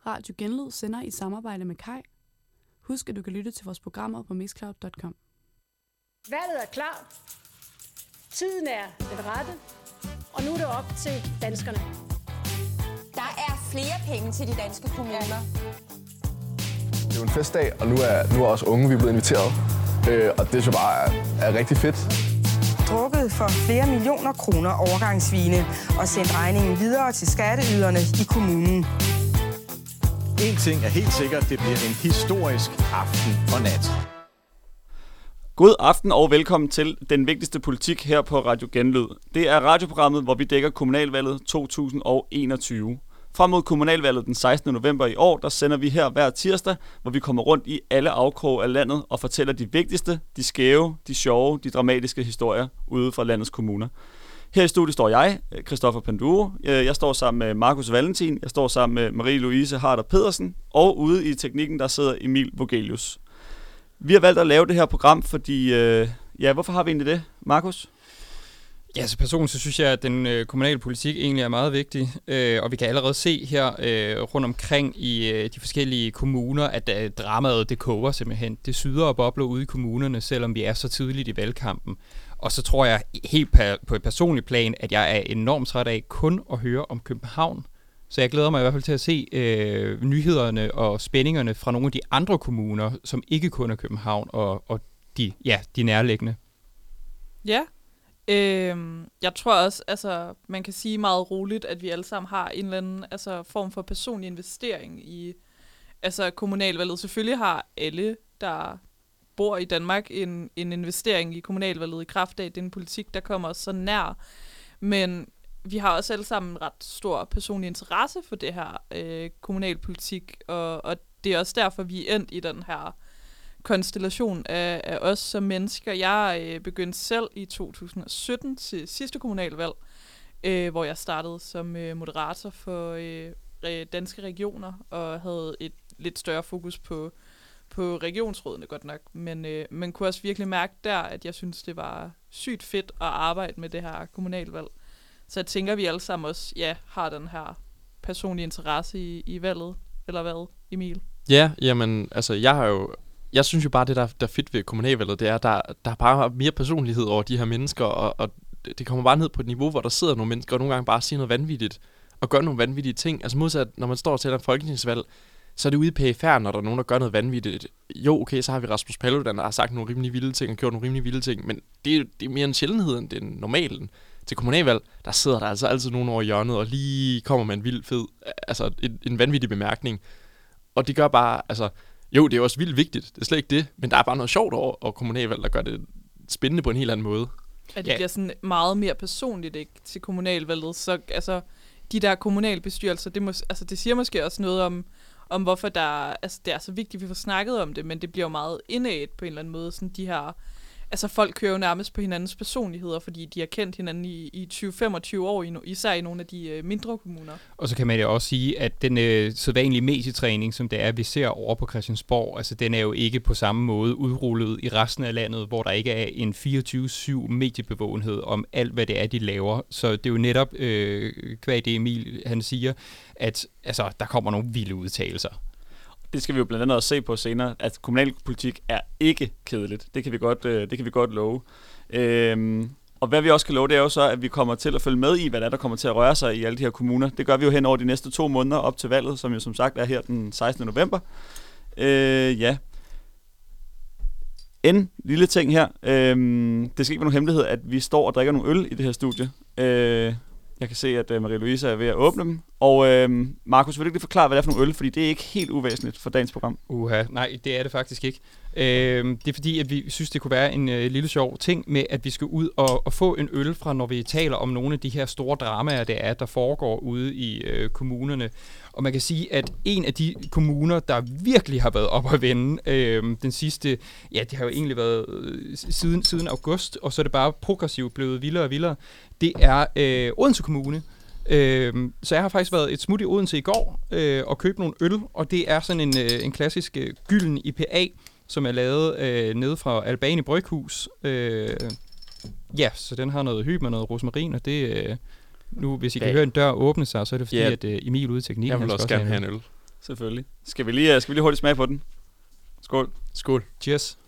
Radio Genlyd sender i samarbejde med Kai. Husk, at du kan lytte til vores programmer på mixcloud.com. Valget er klar. Tiden er den rette. Og nu er det op til danskerne. Der er flere penge til de danske kommuner. Det er jo en festdag, og nu er også unge, vi er blevet inviteret. Og det synes jeg bare er rigtig fedt. Drukket for flere millioner kroner overgangsvine og sendt regningen videre til skatteyderne i kommunen. En ting er helt sikkert, det bliver en historisk aften og nat. God aften og velkommen til Den Vigtigste Politik her på Radio Genlyd. Det er radioprogrammet, hvor vi dækker kommunalvalget 2021. Frem mod kommunalvalget den 16. november i år, der sender vi her hver tirsdag, hvor vi kommer rundt i alle afkroge af landet og fortæller de vigtigste, de skæve, de sjove, de dramatiske historier ude fra landets kommuner. Her i studiet står jeg, Christoffer Panduro. Jeg står sammen med Markus Valentin. Jeg står sammen med Marie-Louise Harder Pedersen. Og ude i teknikken, der sidder Emil Vogelius. Vi har valgt at lave det her program, fordi... hvorfor har vi egentlig det, Markus? Ja, så personligt så synes jeg, at den kommunale politik egentlig er meget vigtig, og vi kan allerede se her rundt omkring i de forskellige kommuner, at dramaet det koger simpelthen. Det syder og bobler ude i kommunerne, selvom vi er så tidligt i valgkampen. Og så tror jeg helt på et personligt plan, at jeg er enormt træt af kun at høre om København. Så jeg glæder mig i hvert fald til at se nyhederne og spændingerne fra nogle af de andre kommuner, som ikke kun er København og de nærliggende. Ja. Jeg tror også, man kan sige meget roligt, at vi alle sammen har en eller anden form for personlig investering i kommunalvalget. Selvfølgelig har alle, der bor i Danmark, en investering i kommunalvalget i kraft af den politik, der kommer os så nær. Men vi har også alle sammen en ret stor personlig interesse for det her kommunalpolitik, og det er også derfor, vi er endt i den her konstellation af os som mennesker. Jeg begyndte selv i 2017 til sidste kommunalvalg, hvor jeg startede som moderator for danske regioner, og havde et lidt større fokus på regionsrådene godt nok. Men man kunne også virkelig mærke der, at jeg synes, det var sygt fedt at arbejde med det her kommunalvalg. Så jeg tænker, vi alle sammen også har den her personlige interesse i valget, eller hvad, Emil? Ja, jamen, jeg synes jo bare, det der er fedt ved kommunalvalget, det er, at der er bare mere personlighed over de her mennesker, og det kommer bare ned på et niveau, hvor der sidder nogle mennesker, og nogle gange bare siger noget vanvittigt, og gør nogle vanvittige ting. Altså modsat, når man står til et folketingsvalg, så er det ude i periferen, når der er nogen, der gør noget vanvittigt. Jo, okay, så har vi Rasmus Paludan, der har sagt nogle rimelig vilde ting, og gjort nogle rimelig vilde ting, men det er mere en sjældenhed, end det er normalen. Til kommunalvalg, der sidder der altså altid nogen over hjørnet, og lige kommer med en vild fed, en vanvittig bemærkning. Og det gør bare, jo, det er også vildt vigtigt, det er slet ikke det, men der er bare noget sjovt over kommunalvalg, der gør det spændende på en helt anden måde. At det bliver sådan meget mere personligt, ikke, til kommunalvalget, så de der kommunalbestyrelser, det siger måske også noget om hvorfor det er så vigtigt, at vi får snakket om det, men det bliver jo meget indædt på en eller anden måde, sådan de her. Folk kører jo nærmest på hinandens personligheder, fordi de har kendt hinanden i 20-25 år, især i nogle af de mindre kommuner. Og så kan man jo også sige, at den sædvanlige medietræning, som det er, vi ser over på Christiansborg, den er jo ikke på samme måde udrullet i resten af landet, hvor der ikke er en 24/7 mediebevågenhed om alt, hvad det er, de laver. Så det er jo netop, hvad det Emil han siger, at der kommer nogle vilde udtalelser. Det skal vi jo blandt andet også se på senere, at kommunalpolitik er ikke kedeligt. Det kan vi godt love. Og hvad vi også kan love, det er jo så, at vi kommer til at følge med i, hvad der kommer til at røre sig i alle de her kommuner. Det gør vi jo hen over de næste 2 måneder op til valget, som jo som sagt er her den 16. november. En lille ting her. Det skal ikke være nogen hemmelighed, at vi står og drikker nogle øl i det her studie. Jeg kan se, at Marie-Louise er ved at åbne dem. Og Markus, vil du ikke lige forklare, hvad det er for nogle øl? Fordi det er ikke helt uvæsentligt for dagens program. Nej, det er det faktisk ikke. Det er fordi, at vi synes, det kunne være en lille sjov ting med, at vi skal ud og få en øl fra, når vi taler om nogle af de her store dramaer, der foregår ude i kommunerne. Og man kan sige, at en af de kommuner, der virkelig har været op at vende den sidste, det har jo egentlig været siden august, og så er det bare progressivt blevet vildere og vildere, det er Odense Kommune. Så jeg har faktisk været et smut i Odense i går og købt nogle øl, og det er sådan en klassisk gylden IPA, som er lavet nede fra Albani Bryghus. Så den har noget hyb med noget rosmarin, og det nu, hvis I kan høre en dør åbne sig, så er det fordi, at Emil ude i teknikken... Jeg vil også gerne have en øl. Selvfølgelig. Skal vi lige hurtigt smage på den? Skål. Skål. Cheers.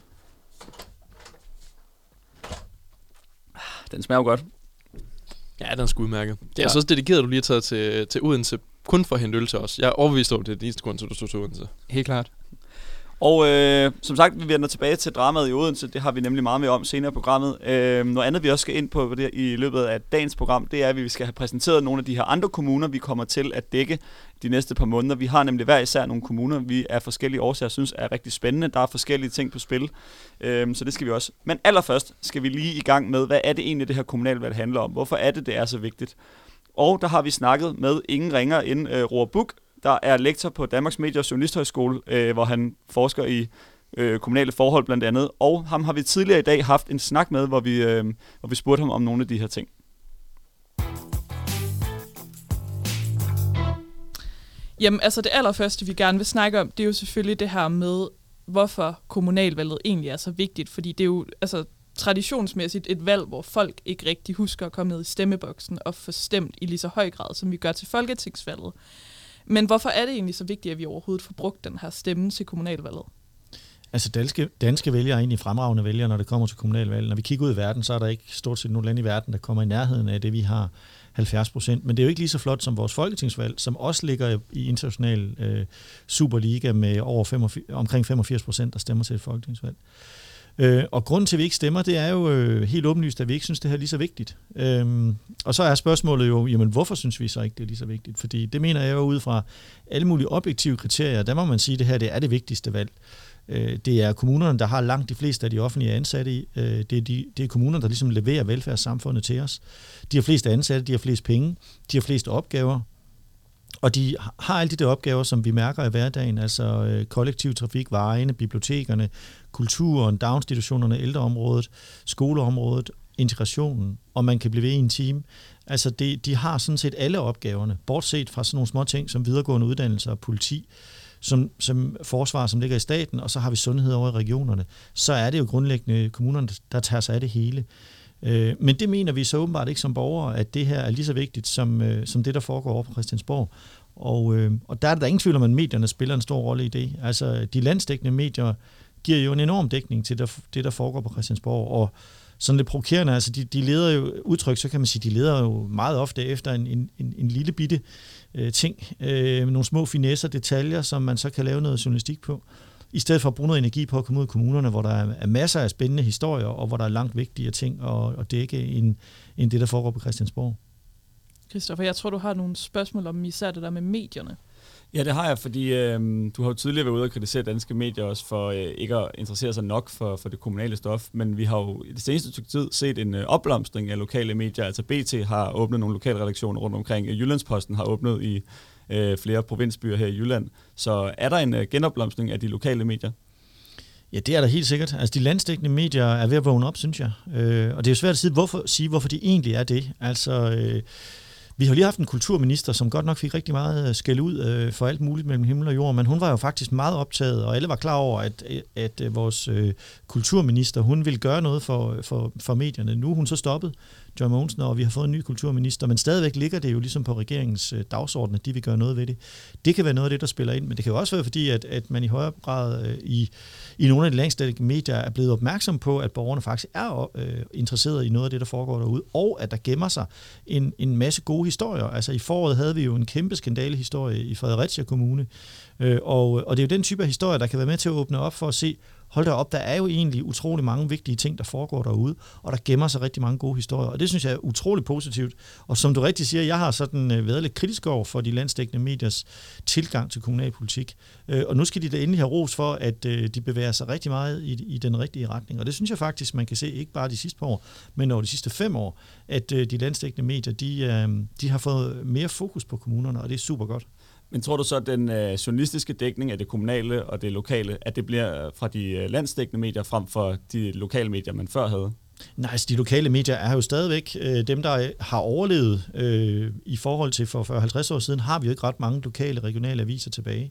Den smager jo godt. Ja, den er sgu udmærket. Det er så også dedikeret, at du lige har taget til Odense, kun for at hente øl til os. Jeg er overbevist om, det er den eneste grund til, at du stod til Odense. Helt klart. Og som sagt, vi vender tilbage til dramaet i Odense. Det har vi nemlig meget mere om senere i programmet. Noget andet, vi også skal ind på det i løbet af dagens program, det er, at vi skal have præsenteret nogle af de her andre kommuner, vi kommer til at dække de næste par måneder. Vi har nemlig hver især nogle kommuner, vi af forskellige årsager synes er rigtig spændende. Der er forskellige ting på spil, så det skal vi også. Men allerførst skal vi lige i gang med, hvad er det egentlig, det her kommunalvalg handler om? Hvorfor er det er så vigtigt? Og der har vi snakket med ingen ringer end Roar Buch, der er lektor på Danmarks Medie- og Journalisthøjskole, hvor han forsker i kommunale forhold blandt andet. Og ham har vi tidligere i dag haft en snak med, hvor vi spurgte ham om nogle af de her ting. Jamen, altså det allerførste, vi gerne vil snakke om, det er jo selvfølgelig det her med, hvorfor kommunalvalget egentlig er så vigtigt. Fordi det er jo altså traditionsmæssigt et valg, hvor folk ikke rigtig husker at komme ned i stemmeboksen og få stemt i lige så høj grad, som vi gør til folketingsvalget. Men hvorfor er det egentlig så vigtigt, at vi overhovedet får brugt den her stemme til kommunalvalget? Altså danske vælgere er egentlig fremragende vælgere, når det kommer til kommunalvalget. Når vi kigger ud i verden, så er der ikke stort set nogen land i verden, der kommer i nærheden af det, vi har 70%. Men det er jo ikke lige så flot som vores folketingsvalg, som også ligger i international Superliga med omkring 85%, der stemmer til et folketingsvalg. Og grunden til, at vi ikke stemmer, det er jo helt åbenlyst, at vi ikke synes, det her er lige så vigtigt. Og så er spørgsmålet jo, jamen hvorfor synes vi så ikke, det er lige så vigtigt? Fordi det mener jeg jo ud fra alle mulige objektive kriterier, der må man sige, at det her det er det vigtigste valg. Det er kommunerne, der har langt de fleste af de offentlige ansatte i. Det er kommunerne, der ligesom leverer velfærdssamfundet til os. De har flest ansatte, de har flest penge, de har flest opgaver. Og de har alle de der opgaver, som vi mærker i hverdagen, altså kollektiv trafik, vejene, bibliotekerne, kulturen, daginstitutionerne, ældreområdet, skoleområdet, integrationen, og man kan blive ved i en time. Altså de har sådan set alle opgaverne, bortset fra sådan nogle små ting som videregående uddannelser og politi, som forsvar, som ligger i staten, og så har vi sundhed over i regionerne. Så er det jo grundlæggende kommunerne, der tager sig af det hele. Men det mener vi så åbenbart ikke som borgere, at det her er lige så vigtigt som det, der foregår over på Christiansborg. Og der er der ingen tvivl om, at medierne spiller en stor rolle i det. Altså, de landsdækkende medier giver jo en enorm dækning til det, der foregår på Christiansborg. Og sådan lidt provokerende, altså de leder jo udtryk, så kan man sige, de leder jo meget ofte efter en lille bitte ting, nogle små finesser, detaljer, som man så kan lave noget journalistik på, i stedet for at bruge noget energi på at komme ud i kommunerne, hvor der er masser af spændende historier, og hvor der er langt vigtigere ting at dække, end det, der foregår på Christiansborg. Christoffer, jeg tror, du har nogle spørgsmål om især det der med medierne. Ja, det har jeg, fordi du har jo tidligere været ude og kritisere danske medier også for ikke at interessere sig nok for det kommunale stof, men vi har jo i det seneste stykke tid set en opblomstring af lokale medier. Altså BT har åbnet nogle lokale redaktioner rundt omkring. Jyllandsposten har åbnet i flere provinsbyer her i Jylland. Så er der en genopblomstring af de lokale medier? Ja, det er der helt sikkert. Altså, de landsdækkende medier er ved at vågne op, synes jeg. Og det er jo svært at sige, hvorfor de egentlig er det. Altså, vi har lige haft en kulturminister, som godt nok fik rigtig meget skæld ud for alt muligt mellem himmel og jord, men hun var jo faktisk meget optaget, og alle var klar over, at vores kulturminister, hun ville gøre noget for medierne. Nu er hun så stoppet, Joy Mogensen, og vi har fået en ny kulturminister, men stadigvæk ligger det jo ligesom på regeringens dagsorden, at de vil gøre noget ved det. Det kan være noget af det, der spiller ind, men det kan jo også være fordi, at man i højere grad i nogle af de landsdækkende medier er blevet opmærksom på, at borgerne faktisk er interesseret i noget af det, der foregår derude, og at der gemmer sig en masse gode historier. Altså i foråret havde vi jo en kæmpe skandalehistorie i Fredericia Kommune, og det er jo den type af historie, der kan være med til at åbne op for at se, hold da op, der er jo egentlig utrolig mange vigtige ting, der foregår derude, og der gemmer sig rigtig mange gode historier, og det synes jeg er utrolig positivt. Og som du rigtig siger, jeg har sådan været lidt kritisk over for de landsdækkende mediers tilgang til kommunalpolitik, og nu skal de da endelig have ros for, at de bevæger sig rigtig meget i den rigtige retning, og det synes jeg faktisk, man kan se, ikke bare de sidste par år, men over de sidste 5 år, at de landsdækkende medier, de har fået mere fokus på kommunerne, og det er super godt. Men tror du så, at den journalistiske dækning af det kommunale og det lokale, at det bliver fra de landsdækkende medier frem for de lokale medier, man før havde? Nej, altså de lokale medier er jo stadigvæk dem, der har overlevet i forhold til for 40-50 år siden, har vi jo ikke ret mange lokale, regionale aviser tilbage.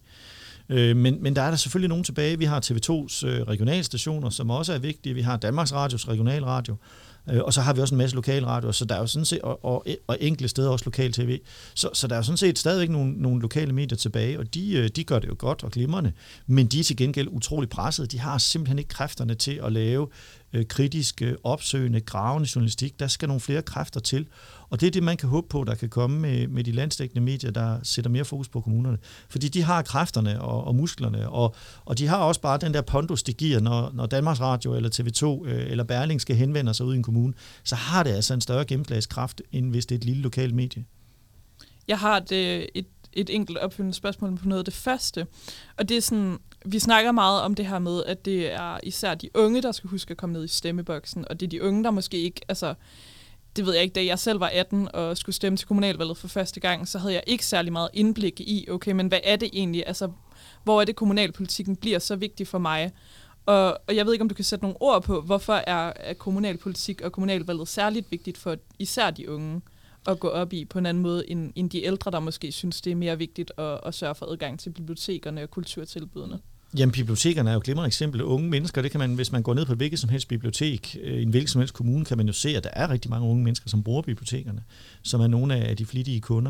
Men der er der selvfølgelig nogen tilbage. Vi har TV2's regionalstationer, som også er vigtige. Vi har Danmarks Radios regionalradio. Og så har vi også en masse lokalradioer, så der er jo sådan set, og enkelte steder også lokal-tv. Så der er jo sådan set stadigvæk nogle lokale medier tilbage, og de gør det jo godt og glimrende, men de er til gengæld utrolig presset. De har simpelthen ikke kræfterne til at lave kritisk, opsøgende, gravende journalistik. Der skal nogle flere kræfter til, og det er det, man kan håbe på, der kan komme med de landsdækkende medier, der sætter mere fokus på kommunerne. Fordi de har kræfterne og musklerne, og de har også bare den der pondus, de giver, når Danmarks Radio eller TV2 eller Berling skal henvende sig ud i en kommune, så har det altså en større gennemslagskraft, end hvis det er et lille lokalt medie. Jeg har et enkelt opfølgende spørgsmål på noget af det første, og det er sådan, vi snakker meget om det her med, at det er især de unge, der skal huske at komme ned i stemmeboksen, og det er de unge, der måske ikke, altså, det ved jeg ikke, da jeg selv var 18 og skulle stemme til kommunalvalget for første gang, så havde jeg ikke særlig meget indblik i, okay, men hvad er det egentlig, altså, hvor er det kommunalpolitikken bliver så vigtig for mig? Og jeg ved ikke, om du kan sætte nogle ord på, hvorfor er kommunalpolitik og kommunalvalget særligt vigtigt for især de unge at gå op i på en anden måde end de ældre, der måske synes, det er mere vigtigt at sørge for adgang til bibliotekerne og kulturtilbudene? Jamen, bibliotekerne er jo et glimrende eksempel. Unge mennesker, det kan man, hvis man går ned på et hvilket som helst bibliotek, i en hvilken som helst kommune, kan man jo se, at der er rigtig mange unge mennesker, som bruger bibliotekerne, som er nogle af de flittige kunder.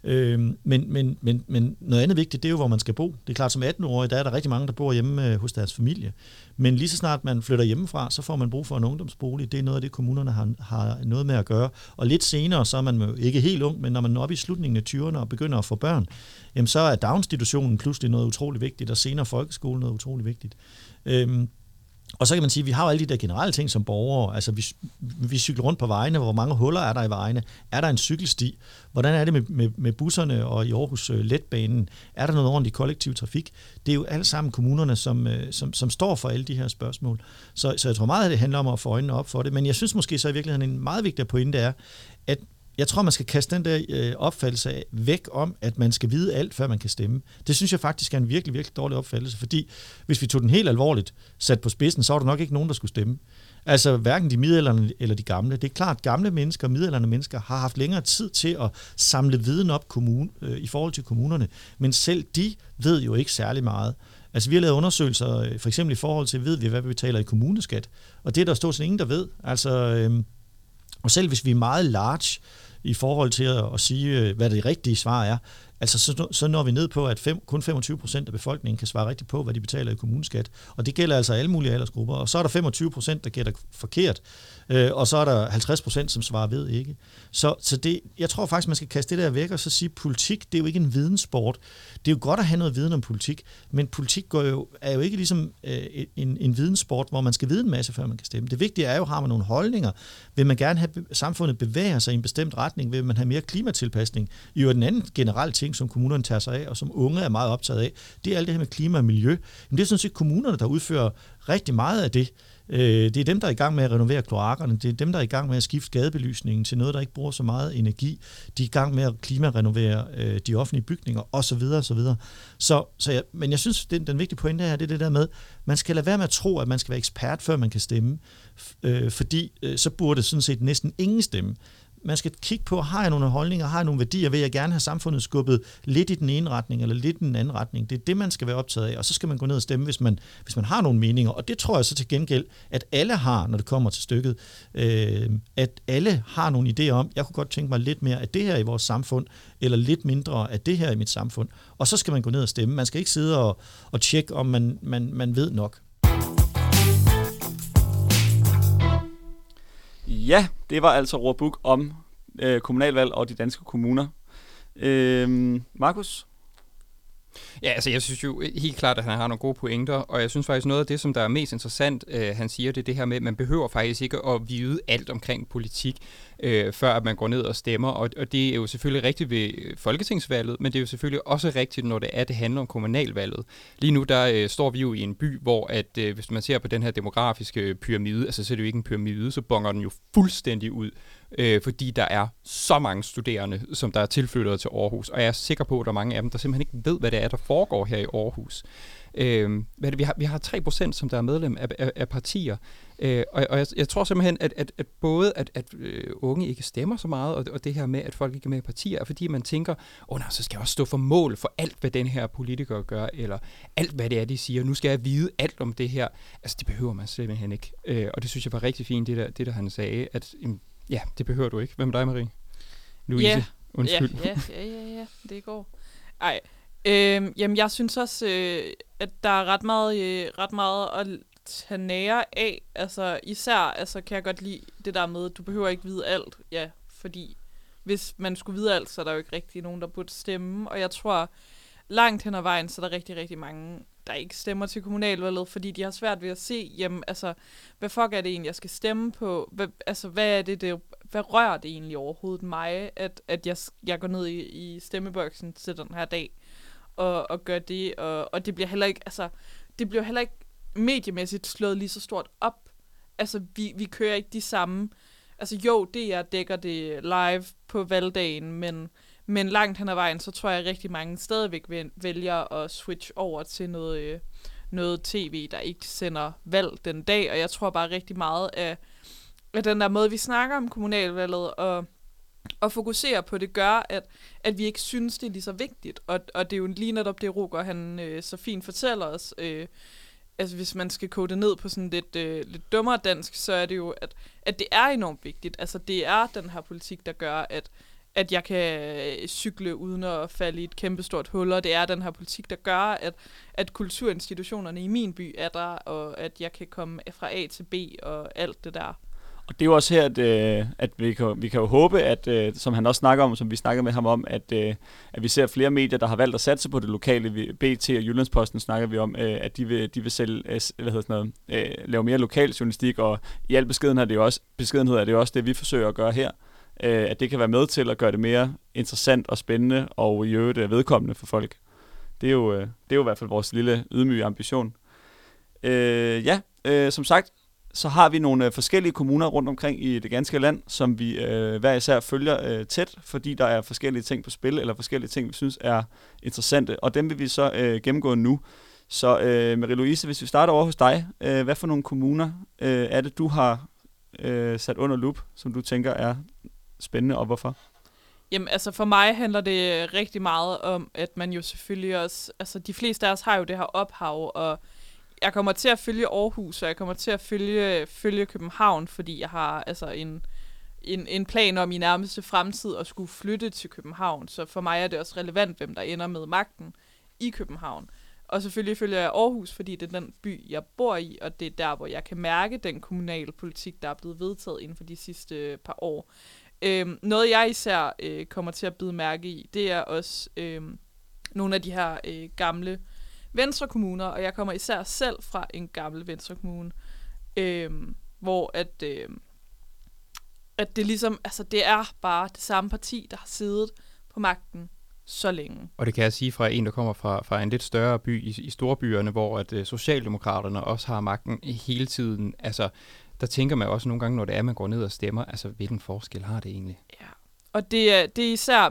Men noget andet vigtigt, det er jo, hvor man skal bo. Det er klart, som 18-årig, der er der rigtig mange, der bor hjemme hos deres familie. Men lige så snart man flytter hjemmefra, så får man brug for en ungdomsbolig. Det er noget af det, kommunerne har noget med at gøre. Og lidt senere, så er man jo ikke helt ung, men når man er oppe i slutningen af 20'erne og begynder at få børn, jamen så er daginstitutionen pludselig noget utroligt vigtigt, og senere folkeskolen noget utroligt vigtigt. Og så kan man sige, at vi har jo alle de der generelle ting som borgere. Altså, vi cykler rundt på vejene. Hvor mange huller er der i vejene? Er der en cykelsti? Hvordan er det med busserne og i Aarhus letbanen? Er der noget ordentligt kollektiv trafik? Det er jo alle sammen kommunerne, som står for alle de her spørgsmål. Så jeg tror meget, at det handler om at få øjnene op for det. Men jeg synes måske så i virkeligheden en meget vigtig pointe er, at jeg tror, man skal kaste den der opfattelse væk om, at man skal vide alt, før man kan stemme. Det synes jeg faktisk er en virkelig, virkelig dårlig opfattelse, fordi hvis vi tog den helt alvorligt sat på spidsen, så var der nok ikke nogen, der skulle stemme. Altså hverken de middelaldrende eller de gamle. Det er klart, at gamle mennesker og middelaldrende mennesker har haft længere tid til at samle viden op i forhold til kommunerne, men selv de ved jo ikke særlig meget. Altså vi har lavet undersøgelser, for eksempel i forhold til, ved vi, hvad vi betaler i kommuneskat, og det er der stort set ingen, der ved. Altså, og selv hvis vi er meget large i forhold til at sige, hvad det rigtige svar er, altså så når vi ned på, at kun 25% af befolkningen kan svare rigtigt på, hvad de betaler i kommuneskat. Og det gælder altså alle mulige aldersgrupper. Og så er der 25%, der gætter forkert, og så er der 50%, som svarer ved ikke. Så det, jeg tror faktisk, man skal kaste det der væk og så sige, politik, det er jo ikke en videnssport. Det er jo godt at have noget viden om politik, men politik er jo ikke ligesom en videnssport, hvor man skal vide en masse, før man kan stemme. Det vigtige er jo, har man nogle holdninger? Vil man gerne have samfundet bevæger sig i en bestemt retning? Vil man have mere klimatilpasning? I jo den anden generelle ting, som kommunerne tager sig af, og som unge er meget optaget af, det er alt det her med klima og miljø. Men det er sådan set kommunerne, der udfører rigtig meget af det. Det er dem, der er i gang med at renovere kloakkerne. Det er dem, der er i gang med at skifte gadebelysningen til noget, der ikke bruger så meget energi. De er i gang med at klimarenovere de offentlige bygninger osv. osv. Men jeg synes, den vigtige pointe her, det er det der med, man skal lade være med at tro, at man skal være ekspert, før man kan stemme. Fordi så burde sådan set næsten ingen stemme. Man skal kigge på, har jeg nogle holdninger, har jeg nogle værdier, vil jeg gerne have samfundet skubbet lidt i den ene retning, eller lidt i den anden retning. Det er det, man skal være optaget af, og så skal man gå ned og stemme, hvis man har nogle meninger. Og det tror jeg så til gengæld, at alle har, når det kommer til stykket. At alle har nogle idéer om, jeg kunne godt tænke mig lidt mere af det her i vores samfund, eller lidt mindre af det her i mit samfund. Og så skal man gå ned og stemme. Man skal ikke sidde og tjekke, om man ved nok. Ja, det var altså Roar Buch om kommunalvalg og de danske kommuner. Markus? Ja, altså jeg synes jo helt klart, at han har nogle gode pointer, og jeg synes faktisk noget af det, som der er mest interessant, han siger, det er det her med, at man behøver faktisk ikke at vide alt omkring politik, før at man går ned og stemmer, og det er jo selvfølgelig rigtigt ved folketingsvalget, men det er jo selvfølgelig også rigtigt, når det handler om kommunalvalget. Lige nu, der står vi jo i en by, hvor at hvis man ser på den her demografiske pyramide, altså så er det jo ikke en pyramide, så bonger den jo fuldstændig ud, fordi der er så mange studerende, som der er tilflyttet til Aarhus, og jeg er sikker på, at der er mange af dem, der simpelthen ikke ved, hvad det er, der foregår her i Aarhus. Vi har 3%, som der er medlem af partier. Og jeg tror simpelthen, at både at unge ikke stemmer så meget, og det her med, at folk ikke er med i partier, er fordi man tænker, så skal jeg også stå for mål for alt, hvad den her politiker gør, eller alt, hvad det er, de siger. Nu skal jeg vide alt om det her. Altså, det behøver man simpelthen ikke. Og det synes jeg var rigtig fint, det der han sagde, at ja, det behøver du ikke. Hvem er dig, Marie? Louise? Undskyld. Ja, det går. Ej. Jamen, jeg synes også, at der er ret meget at tage nære af. Altså, især kan jeg godt lide det der med, at du behøver ikke vide alt. Ja, fordi hvis man skulle vide alt, så er der jo ikke rigtig nogen, der burde stemme. Og jeg tror, langt hen ad vejen, så er der rigtig, rigtig mange, der ikke stemmer til kommunalvalget, fordi de har svært ved at se, jamen, altså, hvad fuck er det egentlig, jeg skal stemme på? Hvad er det hvad rører det egentlig overhovedet mig, at jeg går ned i stemmeboksen til den her dag og gør det, og det bliver heller ikke, det bliver heller ikke mediemæssigt slået lige så stort op. Altså, vi kører ikke de samme, jo, DR dækker det live på valgdagen, men langt hen ad vejen, så tror jeg, at rigtig mange stadigvæk vælger at switch over til noget tv, der ikke sender valg den dag, og jeg tror bare rigtig meget af den der måde, vi snakker om kommunalvalget, og fokusere på det, gør, at vi ikke synes, det er lige så vigtigt. Og det er jo lige netop det, Roger, han så fint fortæller os. Hvis man skal kode det ned på sådan lidt dummere dansk, så er det jo, at det er enormt vigtigt. Altså, det er den her politik, der gør, at jeg kan cykle uden at falde i et kæmpestort hul, og det er den her politik, der gør, at kulturinstitutionerne i min by er der, og at jeg kan komme fra A til B og alt det der. Og det er jo også her, at vi kan jo håbe, at som han også snakker om, som vi snakker med ham om, at vi ser flere medier, der har valgt at satse på det lokale. BT og Jyllandsposten snakker vi om, at de vil sælge, lave mere lokal journalistik, og i al beskedenhed er det jo også det, vi forsøger at gøre her. At det kan være med til at gøre det mere interessant og spændende, og i øvrigt vedkommende for folk. Det er jo i hvert fald vores lille ydmyge ambition. Som sagt, så har vi nogle forskellige kommuner rundt omkring i det ganske land, som vi hver især følger tæt, fordi der er forskellige ting på spil, eller forskellige ting, vi synes er interessante, og dem vil vi så gennemgå nu. Så Marie-Louise, hvis vi starter over hos dig, hvad for nogle kommuner er det, du har sat under lup, som du tænker er spændende, og hvorfor? Jamen, for mig handler det rigtig meget om, at man jo selvfølgelig også, de fleste af os har jo det her ophav, og jeg kommer til at følge Aarhus, og jeg kommer til at følge København, fordi jeg har en plan om i nærmeste fremtid at skulle flytte til København. Så for mig er det også relevant, hvem der ender med magten i København. Og selvfølgelig følger jeg Aarhus, fordi det er den by, jeg bor i, og det er der, hvor jeg kan mærke den kommunale politik, der er blevet vedtaget inden for de sidste par år. Noget jeg især kommer til at bide mærke i, det er også nogle af de her gamle Venstrekommuner, og jeg kommer især selv fra en gammel Venstrekommune, hvor at det ligesom, det er bare det samme parti, der har siddet på magten så længe. Og det kan jeg sige fra en, der kommer fra en lidt større by i storbyerne, hvor at Socialdemokraterne også har magten hele tiden. Altså, der tænker man også nogle gange, når det er, man går ned og stemmer, hvilken forskel har det egentlig? Ja, og det er især,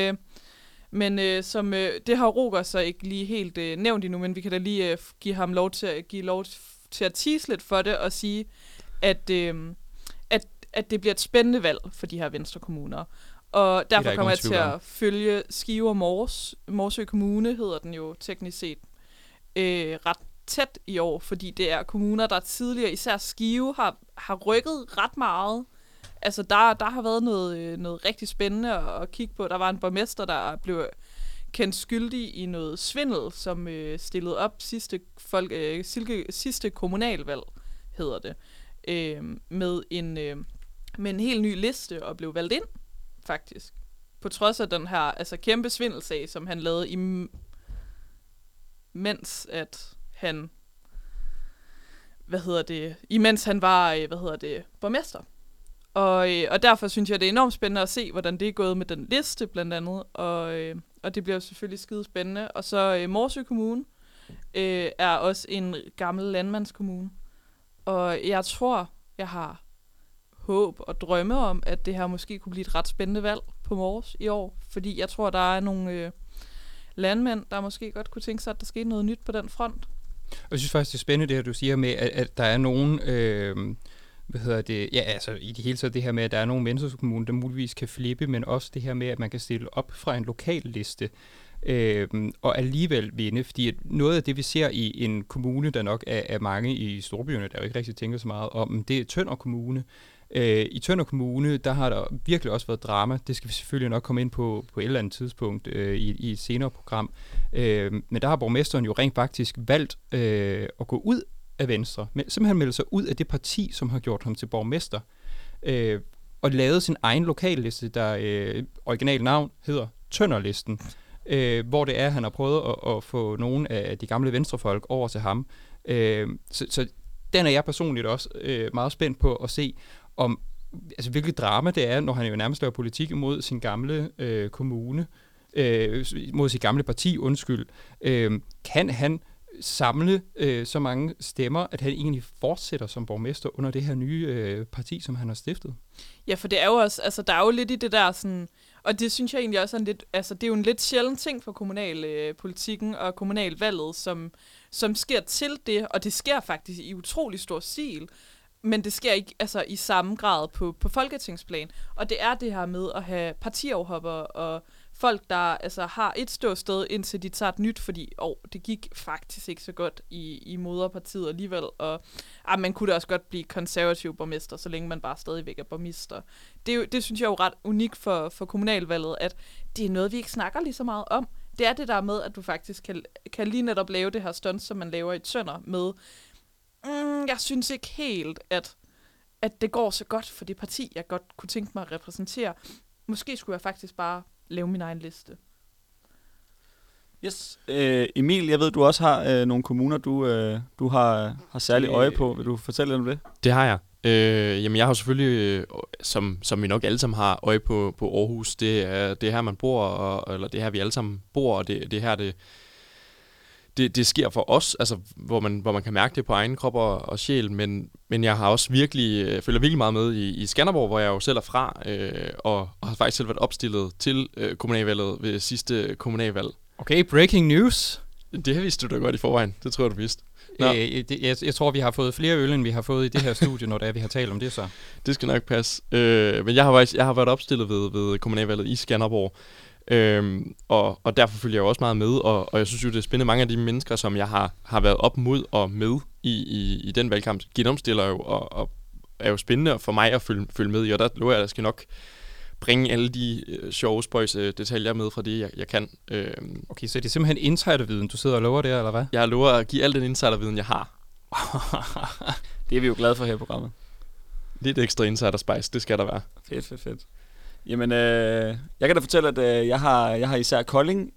men som det har Roger så ikke lige helt nævnt endnu, men vi kan da lige give ham lov til at tease lidt for det og sige, at det bliver et spændende valg for de her Venstrekommuner. Og derfor kommer jeg til at følge Skive og Morsø Kommune, hedder den jo teknisk set, ret tæt i år, fordi det er kommuner, der tidligere, især Skive, har rykket ret meget. Altså, der har været noget rigtig spændende at kigge på. Der var en borgmester, der blev kendt skyldig i noget svindel, som stillede op sidste kommunalvalg, hedder det, med en helt ny liste og blev valgt ind, faktisk. På trods af den her kæmpe svindelsag, som han lavede imens han var borgmester. Og derfor synes jeg, det er enormt spændende at se, hvordan det er gået med den liste, blandt andet. Og det bliver selvfølgelig skide spændende. Og så Morsø Kommune er også en gammel landmandskommune. Og jeg tror, jeg har håb og drømme om, at det her måske kunne blive et ret spændende valg på Mors i år. Fordi jeg tror, der er landmænd, der måske godt kunne tænke sig, at der skete noget nyt på den front. Og jeg synes faktisk, det er spændende det her, du siger med, at der er nogen, i det hele taget det her med, at der er nogle Venstre-kommuner, der muligvis kan flippe, men også det her med, at man kan stille op fra en lokal liste, og alligevel vinde, fordi at noget af det, vi ser i en kommune, der nok er mange i storbyerne, der jo ikke rigtig tænker så meget om, det er Tønder Kommune. I Tønder Kommune, der har der virkelig også været drama. Det skal vi selvfølgelig nok komme ind på et eller andet tidspunkt i et senere program. Men der har borgmesteren jo rent faktisk valgt at gå ud af Venstre. Men simpelthen meldt sig ud af det parti, som har gjort ham til borgmester. Og lavet sin egen lokalliste, der original navn hedder Tønderlisten. Hvor det er, at han har prøvet at få nogle af de gamle venstrefolk over til ham. Så den er jeg personligt også meget spændt på at se, om altså hvilket drama det er, når han jo nærmest laver politik imod sin gamle kommune, mod sit gamle parti, kan han samle så mange stemmer, at han egentlig fortsætter som borgmester under det her nye parti, som han har stiftet? Ja, for det er jo også, altså der er jo lidt i det der sådan, og det synes jeg egentlig også er en lidt, altså det er jo en lidt sjælden ting for kommunalpolitikken og kommunalvalget, som sker til det, og det sker faktisk i utrolig stor stil, men det sker ikke altså i samme grad på folketingsplan. Og det er det her med at have partioverhopper og folk, der altså har et ståsted, indtil de tager et nyt, fordi det gik faktisk ikke så godt i moderpartiet alligevel, og man kunne da også godt blive konservativ borgmester, så længe man bare stadigvæk er borgmester. Det synes jeg er jo ret unikt for kommunalvalget, at det er noget, vi ikke snakker lige så meget om. Det er det der med, at du faktisk kan lige netop lave det her stunt, som man laver i Tønder med, jeg synes ikke helt, at det går så godt for det parti, jeg godt kunne tænke mig at repræsentere. Måske skulle jeg faktisk bare lave min egen liste. Yes. Emil, jeg ved, du også har nogle kommuner, du har særlig øje på. Vil du fortælle lidt om det? Det har jeg. Jamen, jeg har selvfølgelig, som vi nok alle sammen har øje på Aarhus, det er her, man bor, eller det er her, vi alle sammen bor, og det er her, det sker for os, altså hvor man kan mærke det på egen krop og sjæl, men jeg har også følger virkelig meget med i Skanderborg, hvor jeg jo selv er fra, og har faktisk selv været opstillet til kommunalvalget ved sidste kommunalvalg. Okay, breaking news. Det vidste du da godt i forvejen, det tror jeg, du vidste. Jeg tror, vi har fået flere øl, end vi har fået i det her studie, når det er, vi har talt om det så. Det skal nok passe. Men jeg har været opstillet ved kommunalvalget i Skanderborg, og derfor følger jeg jo også meget med, og jeg synes jo, det er spændende. Mange af de mennesker, som jeg har været op mod og med i den valgkamp, genomstiller jo, og er jo spændende for mig at følge med i, og der lover jeg, at jeg skal nok bringe alle de sjove detaljer med fra det, jeg kan. Okay, så det er simpelthen insiderviden, du sidder og lover der, eller hvad? Jeg lover at give al den insiderviden, jeg har. Det er vi jo glade for her i programmet. Lidt ekstra insider spice, det skal der være. Fedt. Jamen, jeg kan da fortælle, at jeg har især Kolding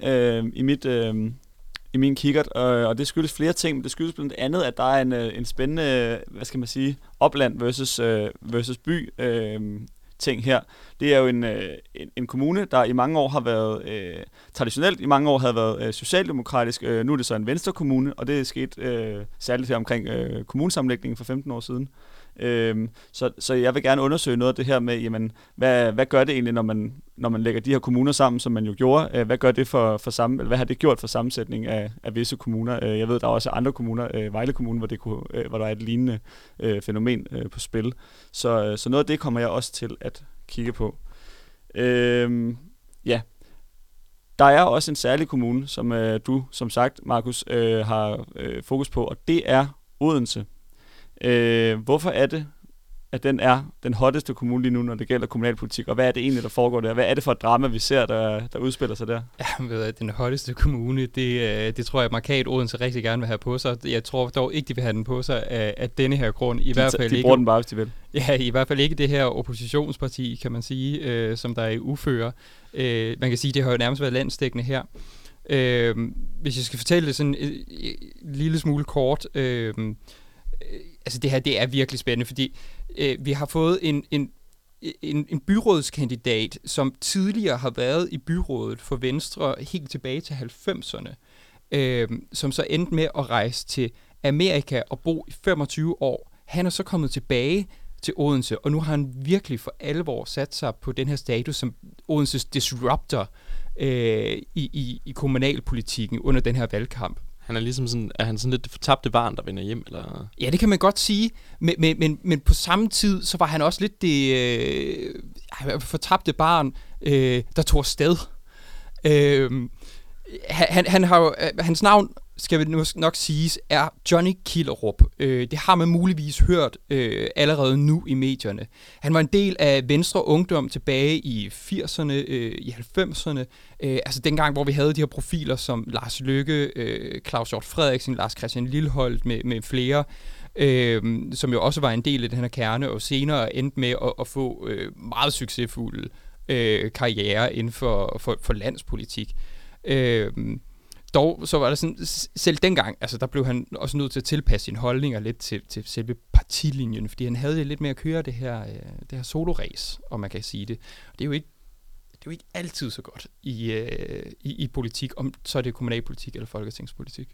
i min kikkert, og det skyldes flere ting, men det skyldes blandt andet, at der er en spændende, hvad skal man sige, opland versus by ting her. Det er jo en kommune, der i mange år har været, traditionelt i mange år havde været socialdemokratisk. Nu er det så en venstrekommune, og det er sket særligt her omkring kommunesammenlægningen for 15 år siden. Så jeg vil gerne undersøge noget af det her med, jamen, hvad gør det egentlig, når man lægger de her kommuner sammen, som man jo gjorde? Hvad gør det eller hvad har det gjort for sammensætning af visse kommuner? Jeg ved, der er også andre kommuner, Vejle Kommune, hvor der er et lignende fænomen på spil. Så noget af det kommer jeg også til at kigge på. Ja. Der er også en særlig kommune, som du, som sagt, Markus, har fokus på, og det er Odense. Hvorfor er det, at den er den hotteste kommune lige nu, når det gælder kommunalpolitik, og hvad er det egentlig, der foregår der? Hvad er det for et drama, vi ser, der udspiller sig der? Ja, den hotteste kommune, det tror jeg markant Odense rigtig gerne vil have på sig. Jeg tror dog ikke, de vil have den på sig af denne her grund. De bruger den bare, hvis de vil. Ja, i hvert fald ikke det her oppositionsparti, kan man sige, som der er i uføre. Man kan sige, det har jo nærmest været landsdækkende her. Hvis jeg skal fortælle det sådan en lille smule kort, altså det her, det er virkelig spændende, fordi vi har fået en byrådskandidat, som tidligere har været i byrådet for Venstre helt tilbage til 90'erne, som så endte med at rejse til Amerika og bo i 25 år. Han er så kommet tilbage til Odense, og nu har han virkelig for alvor sat sig på den her status som Odenses disruptor i kommunalpolitikken under den her valgkamp. Han er ligesom sådan, er han sådan lidt det fortabte barn, der vender hjem, eller? Ja, det kan man godt sige, men på samme tid, så var han også lidt det fortabte barn, der tog afsted. Han har jo, hans navn, skal vi nok siges, er Johnny Killerup. Det har man muligvis hørt allerede nu i medierne. Han var en del af Venstre Ungdom tilbage i 80'erne, i 90'erne. Altså dengang, hvor vi havde de her profiler som Lars Løkke, Claus Hjort Frederiksen, Lars Christian Lilleholt med flere, som jo også var en del af den her kerne, og senere endte med at få meget succesfulde karriere inden for landspolitik. Dog så var der sådan, selv dengang, altså der blev han også nødt til at tilpasse sine holdninger lidt til selve partilinjen, fordi han havde lidt med at køre det her solo-race, om man kan sige det. Det er jo ikke altid så godt i politik, om så er det kommunalpolitik eller folketingspolitik.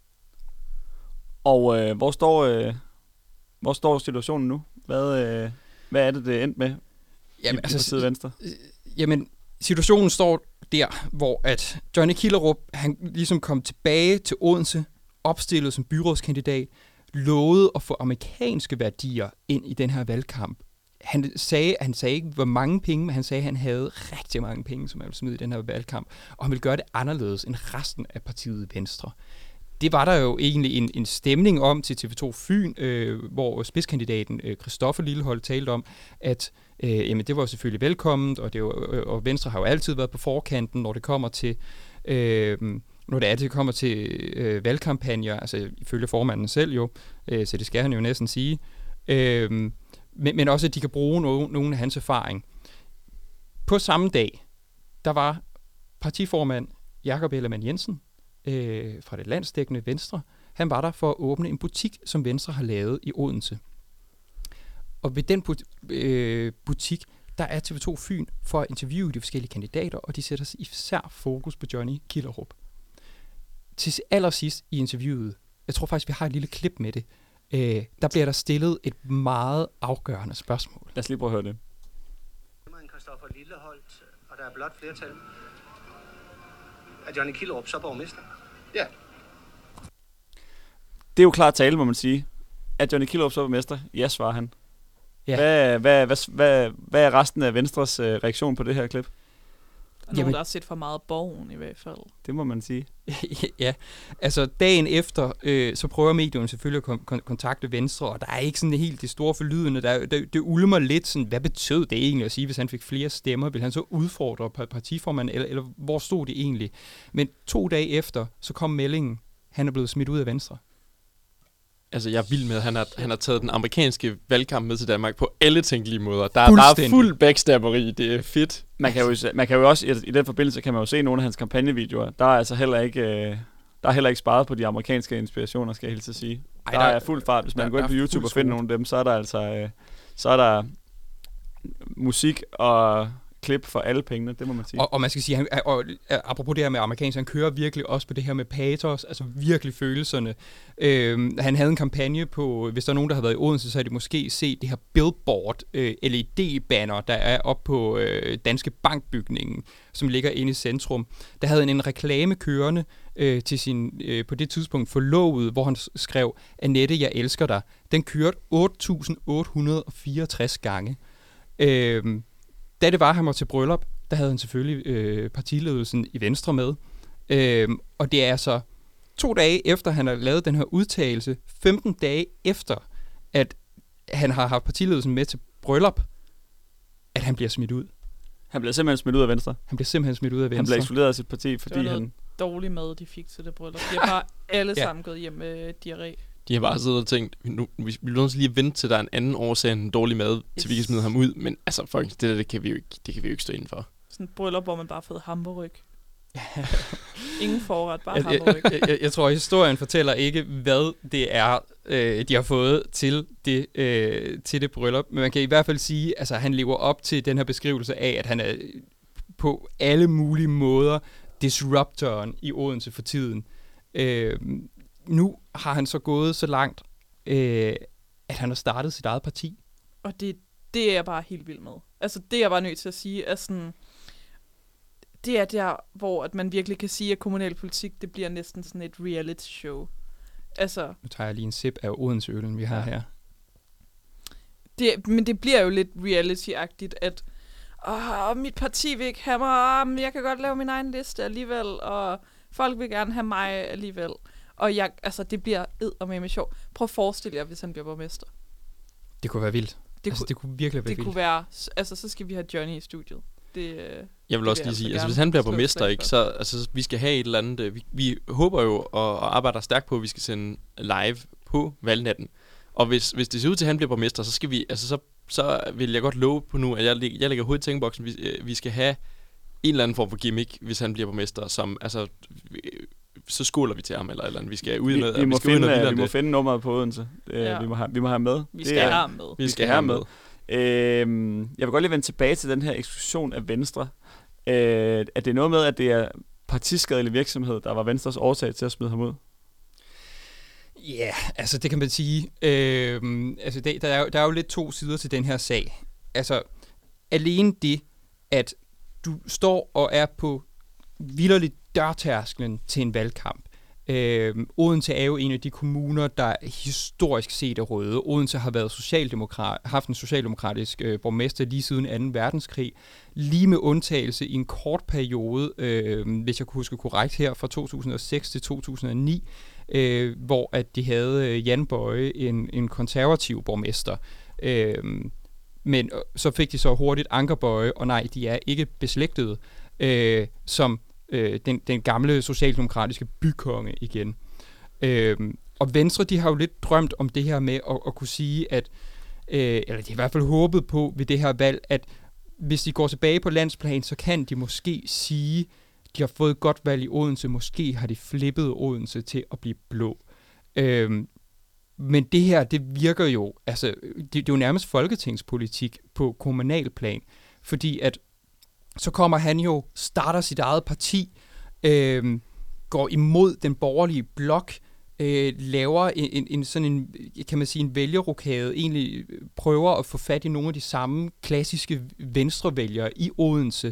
Og hvor står situationen nu? Hvad er det endte med i partiet Venstre? Jamen, situationen står der, hvor at Johnny Killerup, han ligesom kom tilbage til Odense, opstillet som byrådskandidat, lovede at få amerikanske værdier ind i den her valgkamp. Han sagde ikke, hvor mange penge, men han sagde, at han havde rigtig mange penge, som han ville smide i den her valgkamp, og han ville gøre det anderledes end resten af partiet Venstre. Det var der jo egentlig en stemning om til TV2 Fyn, hvor spidskandidaten Christoffer Lilleholt talte om, at jamen, det var selvfølgelig velkomment, og Venstre har jo altid været på forkanten, når det kommer til valgkampagner, altså ifølge formanden selv jo, så det skal han jo næsten sige, men også at de kan bruge nogle af hans erfaring. På samme dag, der var partiformand Jakob Ellemann-Jensen fra det landsdækkende Venstre. Han var der for at åbne en butik, som Venstre har lavet i Odense. Og ved den butik, der er TV2 Fyn for at interviewe de forskellige kandidater, og de sætter især fokus på Johnny Killerup. Til allersidst i interviewet, jeg tror faktisk, vi har et lille klip med det, der bliver der stillet et meget afgørende spørgsmål. Lad os lige prøve at høre det. Christoffer Lilleholt, og der er blot flertal. Er Johnny Killerup så borgmester? Ja. Det er jo klart tale, må man sige. Er Johnny Killerup så borgmester? Ja, svarer han. Ja. Hvad er resten af Venstres reaktion på det her klip? Nogen, der har set for meget Borgen i hvert fald. Det må man sige. Ja, altså dagen efter, så prøver medierne selvfølgelig at kontakte Venstre, og der er ikke sådan helt det store forlydende. Det ulmer lidt sådan, hvad betød det egentlig at sige, hvis han fik flere stemmer? Vil han så udfordre partiformanden, eller hvor stod det egentlig? Men 2 dage efter, så kom meldingen, han er blevet smidt ud af Venstre. Altså, jeg er vild med, at han har taget den amerikanske valgkamp med til Danmark på alle tænkelige måder. Der er fuld backstabberi, det er fedt. Man kan jo også, i den forbindelse, kan man jo se nogle af hans kampagnevideoer. Der er altså heller ikke sparet på de amerikanske inspirationer, skal jeg helt til at sige. Der er fuld fart. Hvis man går ind på YouTube og finder nogle af dem, så er der altså så er der musik og klip for alle pengene, det må man sige. Og man skal sige, apropos det her med amerikansk, han kører virkelig også på det her med patos, altså virkelig følelserne. Han havde en kampagne på, hvis der er nogen, der har været i Odense, så har de måske set det her billboard, LED-banner, der er oppe på Danske Bankbygningen, som ligger inde i centrum. Der havde han en reklame kørende til sin, på det tidspunkt forlovet, hvor han skrev, Annette, jeg elsker dig. Den kørte 8.864 gange. Da det var, han var til bryllup, der havde han selvfølgelig partiledelsen i Venstre med. Og det er altså 2 dage efter, han har lavet den her udtalelse, 15 dage efter, at han har haft partiledelsen med til bryllup, at han bliver smidt ud. Han bliver simpelthen smidt ud af Venstre? Han bliver simpelthen smidt ud af Venstre. Han bliver ekskluderet af sit parti, fordi han... dårlig mad, de fik til det bryllup. De har bare alle sammen gået hjem med diarré. De har bare siddet og tænkt, vi bliver nødt til lige at vente til, der er en anden årsag end dårlig mad, til vi kan smide ham ud. Men altså, folk, det kan vi jo ikke stå indenfor. Sådan et bryllup, hvor man bare har fået hamburg. Ingen forret, bare hamburg. Jeg tror, historien fortæller ikke, hvad det er, de har fået til det bryllup. Men man kan i hvert fald sige, altså han lever op til den her beskrivelse af, at han er på alle mulige måder disruptoren i Odense for tiden. Nu har han så gået så langt, at han har startet sit eget parti. Og det er jeg bare helt vild med. Altså, det er jeg bare nødt til at sige, at sådan, det er der, hvor at man virkelig kan sige, at kommunalpolitik, det bliver næsten sådan et reality show. Altså, nu tager jeg lige en sip af Odense-ølen, vi har her. Men det bliver jo lidt reality-agtigt, at mit parti vil ikke have mig, men jeg kan godt lave min egen liste alligevel, og folk vil gerne have mig alligevel. Og det bliver eddermame sjov. Prøv at forestille jer, hvis han bliver borgmester. Det kunne være vildt. Det kunne virkelig være vildt. Det kunne være, så skal vi have Johnny i studiet. Jeg vil også lige sige, hvis han bliver borgmester, ikke, så vi skal have et eller andet. Vi håber jo og arbejder stærkt på, at vi skal sende live på valgnatten. Og hvis det ser ud til, at han bliver borgmester, så skal vi, så vil jeg godt love på nu, at jeg lægger hovedet i tænkeboksen, vi skal have en eller anden form for gimmick, hvis han bliver borgmester, som, så skåler vi til ham, eller andet. Vi skal ud med, vi må finde nummeret på Odense. Vi må have med. Vi skal have med. Vi skal have med. Jeg vil godt lige vende tilbage til den her eksklusion af Venstre. Er det noget med, at det er partiskadelig virksomhed, der var Venstres årsag til at smide ham ud? Ja, altså det kan man sige. Der er jo lidt to sider til den her sag. Altså, alene det, at du står og er på vitterligt dørtærsklen til en valgkamp. Odense er jo en af de kommuner, der historisk set er røde. Odense har været haft en socialdemokratisk borgmester lige siden 2. verdenskrig. Lige med undtagelse i en kort periode, hvis jeg kunne huske korrekt her, fra 2006 til 2009, hvor at de havde Jan Bøje, en konservativ borgmester. Men så fik de så hurtigt Anker Bøje, og nej, de er ikke beslægtede, som den gamle socialdemokratiske bykonge igen. Og Venstre, de har jo lidt drømt om det her med at kunne sige, at eller de har i hvert fald håbet på ved det her valg, at hvis de går tilbage på landsplan, så kan de måske sige, de har fået et godt valg i Odense, måske har de flippet Odense til at blive blå. Men det her, det virker jo, altså, det er jo nærmest folketingspolitik på kommunalplan, fordi at så kommer han jo, starter sit eget parti, går imod den borgerlige blok, laver en kan man sige, en vælgerrokade, egentlig prøver at få fat i nogle af de samme klassiske venstrevælgere i Odense.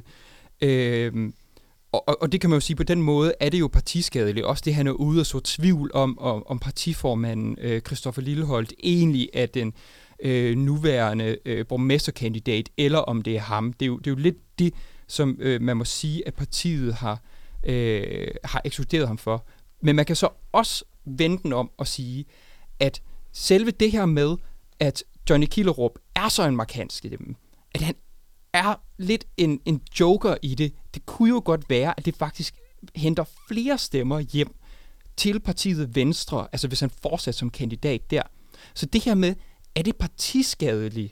Og det kan man jo sige, på den måde er det jo partiskadeligt. Også det, han er ude og så tvivl om partiformanden Christoffer Lilleholt egentlig er den nuværende borgmesterkandidat, eller om det er ham. Det er jo lidt det, som man må sige, at partiet har ekskluderet ham for. Men man kan så også vende den om og sige, at selve det her med, at Johnny Killerup er så en markant stemme, at han er lidt en joker i det. Det kunne jo godt være, at det faktisk henter flere stemmer hjem til partiet Venstre, altså hvis han fortsætter som kandidat der. Så det her med, er det partiskadelige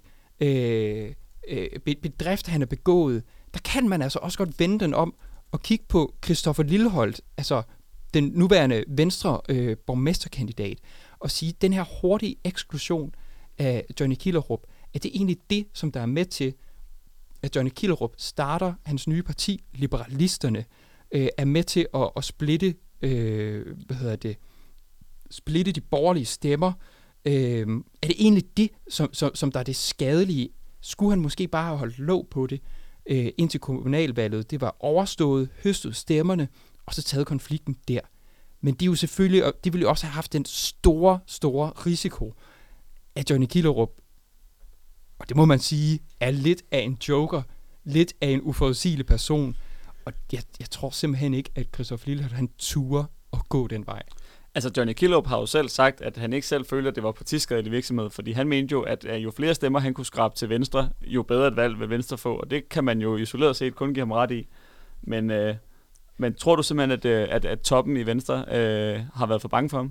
bedrift, han er begået, der kan man altså også godt vende den om og kigge på Christoffer Lilleholt, altså den nuværende Venstre borgmesterkandidat, og sige, at den her hurtige eksklusion af Johnny Killerup, er det egentlig det, som der er med til, at Johnny Killerup starter hans nye parti, Liberalisterne, er med til at splitte, splitte de borgerlige stemmer. Er det egentlig det, som der er det skadelige? Skulle han måske bare have holdt låg på det, indtil kommunalvalget, det var overstået, høstet stemmerne, og så taget konflikten der. Men de jo selvfølgelig, de ville jo også have haft den store risiko, at Johnny Killerup, og det må man sige, er lidt af en joker, lidt af en uforudsigelig person, og jeg tror simpelthen ikke, at Christoffer Lilleholt, han turde at gå den vej. Altså Johnny Killerup har jo selv sagt, at han ikke selv følte, at det var partiskadelig virksomhed, fordi han mente jo, at jo flere stemmer han kunne skrabe til Venstre, jo bedre et valg vil Venstre få, og det kan man jo isoleret set kun give ham ret i. Men tror du simpelthen, at toppen i Venstre har været for bange for ham?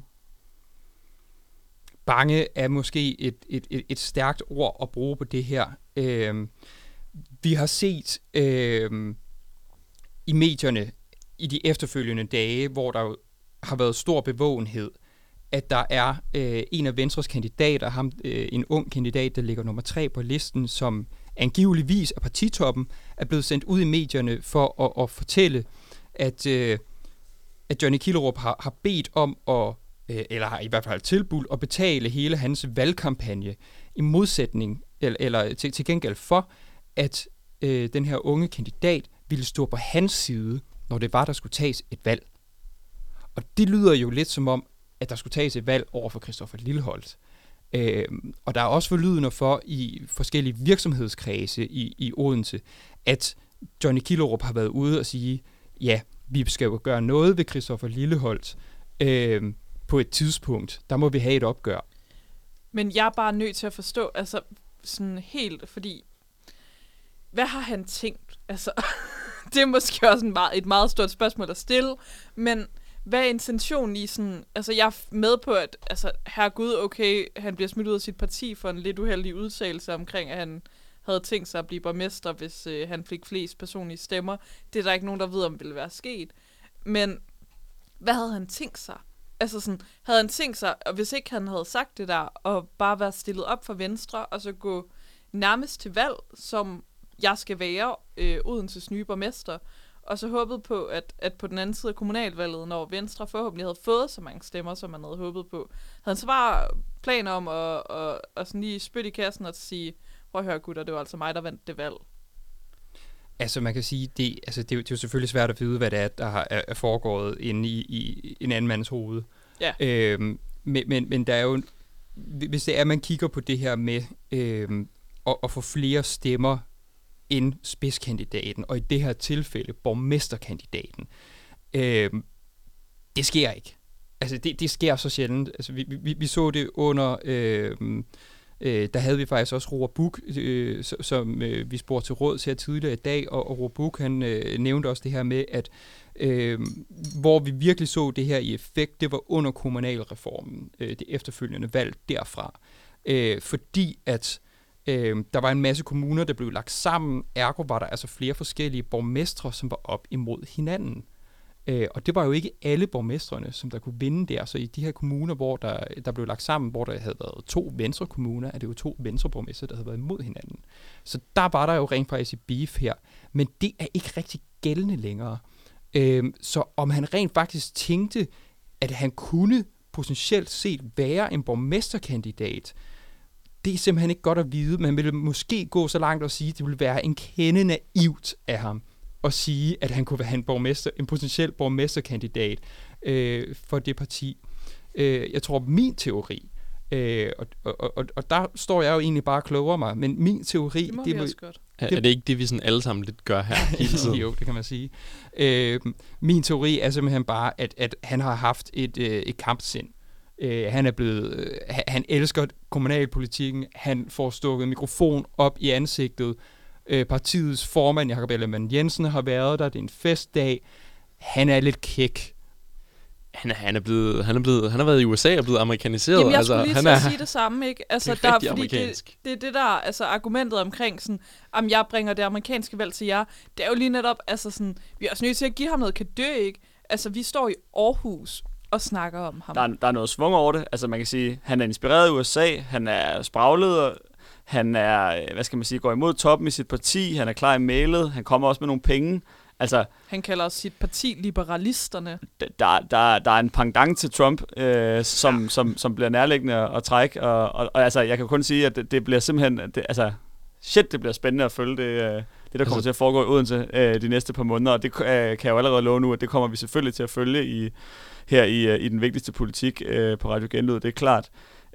Bange er måske et stærkt ord at bruge på det her. Vi har set i medierne i de efterfølgende dage, hvor der har været stor bevågenhed, at der er en af Venstres kandidater, en ung kandidat, der ligger nummer 3 på listen, som angiveligvis af partitoppen er blevet sendt ud i medierne for at fortælle, at Johnny Killerup har bedt om eller har i hvert fald tilbudt at betale hele hans valgkampagne, i modsætning eller til gengæld for, at den her unge kandidat ville stå på hans side, når det var, der skulle tages et valg. Og det lyder jo lidt som om, at der skulle tages et valg over for Christoffer Lilleholt. Og der er også forlydende for i forskellige virksomhedskredse i Odense, at Johnny Killerup har været ude og sige, ja, vi skal jo gøre noget ved Christoffer Lilleholt på et tidspunkt. Der må vi have et opgør. Men jeg er bare nødt til at forstå, altså sådan helt, fordi hvad har han tænkt? Altså, det er måske også et meget stort spørgsmål at stille, men hvad er intentionen i sådan, altså jeg er med på, at altså, herregud, okay, han bliver smidt ud af sit parti for en lidt uheldig udtalelse omkring, at han havde tænkt sig at blive borgmester, hvis han fik flest personlige stemmer. Det er der ikke nogen, der ved, om det ville være sket. Men hvad havde han tænkt sig? Altså sådan, havde han tænkt sig, og hvis ikke han havde sagt det der, og bare være stillet op for Venstre, og så gå nærmest til valg, som jeg skal være Odenses nye borgmester, og så håbet på, at på den anden side af kommunalvalget, når Venstre forhåbentlig havde fået så mange stemmer, som man havde håbet på, havde han så bare planer om at sådan lige spytte i kassen og sige, prøv at høre gutter, det var altså mig, der vandt det valg. Altså man kan sige, det er jo selvfølgelig svært at vide, hvad det er, der er foregået inde i en anden mands hoved. Ja. Men der er jo, hvis det er, man kigger på det her med at få flere stemmer end spidskandidaten, og i det her tilfælde borgmesterkandidaten, det sker ikke. Altså det sker så sjældent. Altså vi så det under der havde vi faktisk også Roar Buch, som vi spurgte til råd her tidligere i dag, og Roar Buch, han nævnte også det her med, at hvor vi virkelig så det her i effekt, det var under kommunalreformen, det efterfølgende valg derfra. Fordi at der var en masse kommuner, der blev lagt sammen, ergo var der altså flere forskellige borgmestre, som var op imod hinanden. Og det var jo ikke alle borgmestrene, som der kunne vinde der. Så i de her kommuner, hvor der blev lagt sammen, hvor der havde været 2 Venstre-kommuner, er det jo 2 Venstre-borgmestre, der havde været imod hinanden. Så der var der jo rent faktisk et beef her. Men det er ikke rigtig gældende længere. Så om han rent faktisk tænkte, at han kunne potentielt set være en borgmesterkandidat, det er simpelthen ikke godt at vide. Man ville måske gå så langt og sige, at det ville være en kende naivt af ham at sige, at han kunne være en potentiel borgmesterkandidat for det parti. Jeg tror, min teori, og der står jeg jo egentlig bare og kloger mig, men min teori... Det må vi også godt. Er det ikke det, vi sådan alle sammen lidt gør her hele tiden? Jo, det kan man sige. Min teori er simpelthen bare, at han har haft et kampsind. Han elsker kommunalpolitikken, han får stukket mikrofon op i ansigtet. Partiets formand, Jakob Ellemann-Jensen, har været der. Det er en festdag. Han er lidt kæk. Han har været i USA og blevet amerikaniseret. Jamen, jeg skulle lige til at sige det samme, ikke? Altså, det er rigtig amerikansk. Det er det der, altså argumentet omkring sådan, om jeg bringer det amerikanske valg til jer. Det er jo lige netop, altså sådan, vi er også nødt til at give ham noget cadeau, ikke? Altså, vi står i Aarhus og snakker om ham. Der er noget svung over det. Altså, man kan sige, han er inspireret af USA, han er spragleder, han er, går imod toppen i sit parti, han er klar i mailet, han kommer også med nogle penge. Altså, han kalder også sit parti liberalisterne. Der er en pendant til Trump, som bliver nærliggende at trække, og altså, jeg kan kun sige, at det bliver simpelthen, det bliver spændende at følge det der kommer til at foregå i Odense de næste par måneder, og det kan jeg jo allerede love nu, at det kommer vi selvfølgelig til at følge her i den vigtigste politik på Radio Genlyd, det er klart.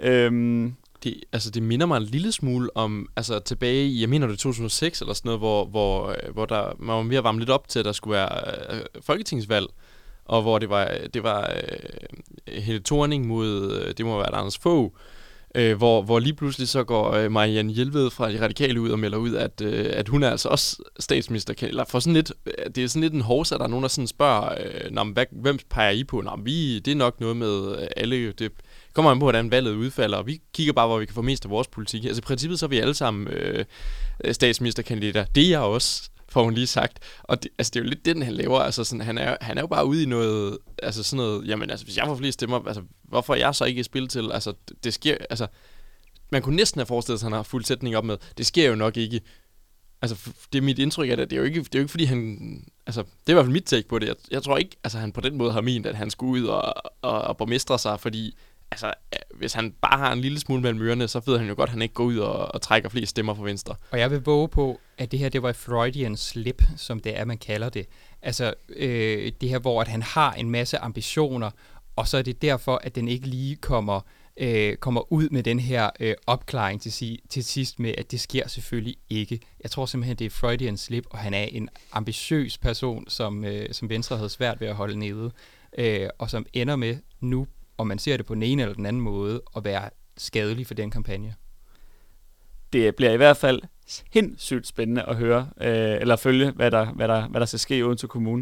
Det minder mig en lille smule om, altså tilbage i, jeg mener det 2006 eller sådan noget, hvor man var ved at varme lidt op til, at der skulle være folketingsvalg, og hvor det var Helle Thorning mod, det må være Anders Fogh, hvor lige pludselig så går Marianne Jelved fra De Radikale ud og melder ud, at hun er altså også statsminister, eller for sådan lidt, det er sådan lidt en hovsa, der er nogen, der sådan spørger, hvem peger I på? Det er nok noget med alle, det kommer an på, hvordan valget udfalder, og vi kigger bare, hvor vi kan få mest af vores politik. Altså i princippet så er vi alle sammen statsministerkandidater. Det er jeg også, får hun lige sagt. Og det er jo lidt det, han laver. Altså sådan, han er jo bare ude i noget, altså sådan noget, jamen altså hvis jeg får flere stemmer, altså hvorfor er jeg så ikke i spil til? Altså det sker, altså man kunne næsten have forestillet sig, at han har fuld sætning op med, det sker jo nok ikke. Altså det er mit indtryk af det, det er jo ikke fordi han, altså det er i hvert fald mit take på det. Jeg tror ikke, altså han på den måde har ment, at han skulle ud og borgmestre sig, fordi altså, hvis han bare har en lille smule mellem ørerne, så ved han jo godt, at han ikke går ud og trækker flest stemmer fra Venstre. Og jeg vil våge på, at det her, det var et Freudian slip, som det er, man kalder det. Altså, det her, hvor at han har en masse ambitioner, og så er det derfor, at den ikke lige kommer ud med den her opklaring til sidst med, at det sker selvfølgelig ikke. Jeg tror simpelthen, det er Freudian slip, og han er en ambitiøs person, som Venstre havde svært ved at holde nede, og som ender med nu, om man ser det på den ene eller den anden måde, at være skadelig for den kampagne. Det bliver i hvert fald sindssygt spændende at høre, eller følge, hvad der skal ske uden til kommunen.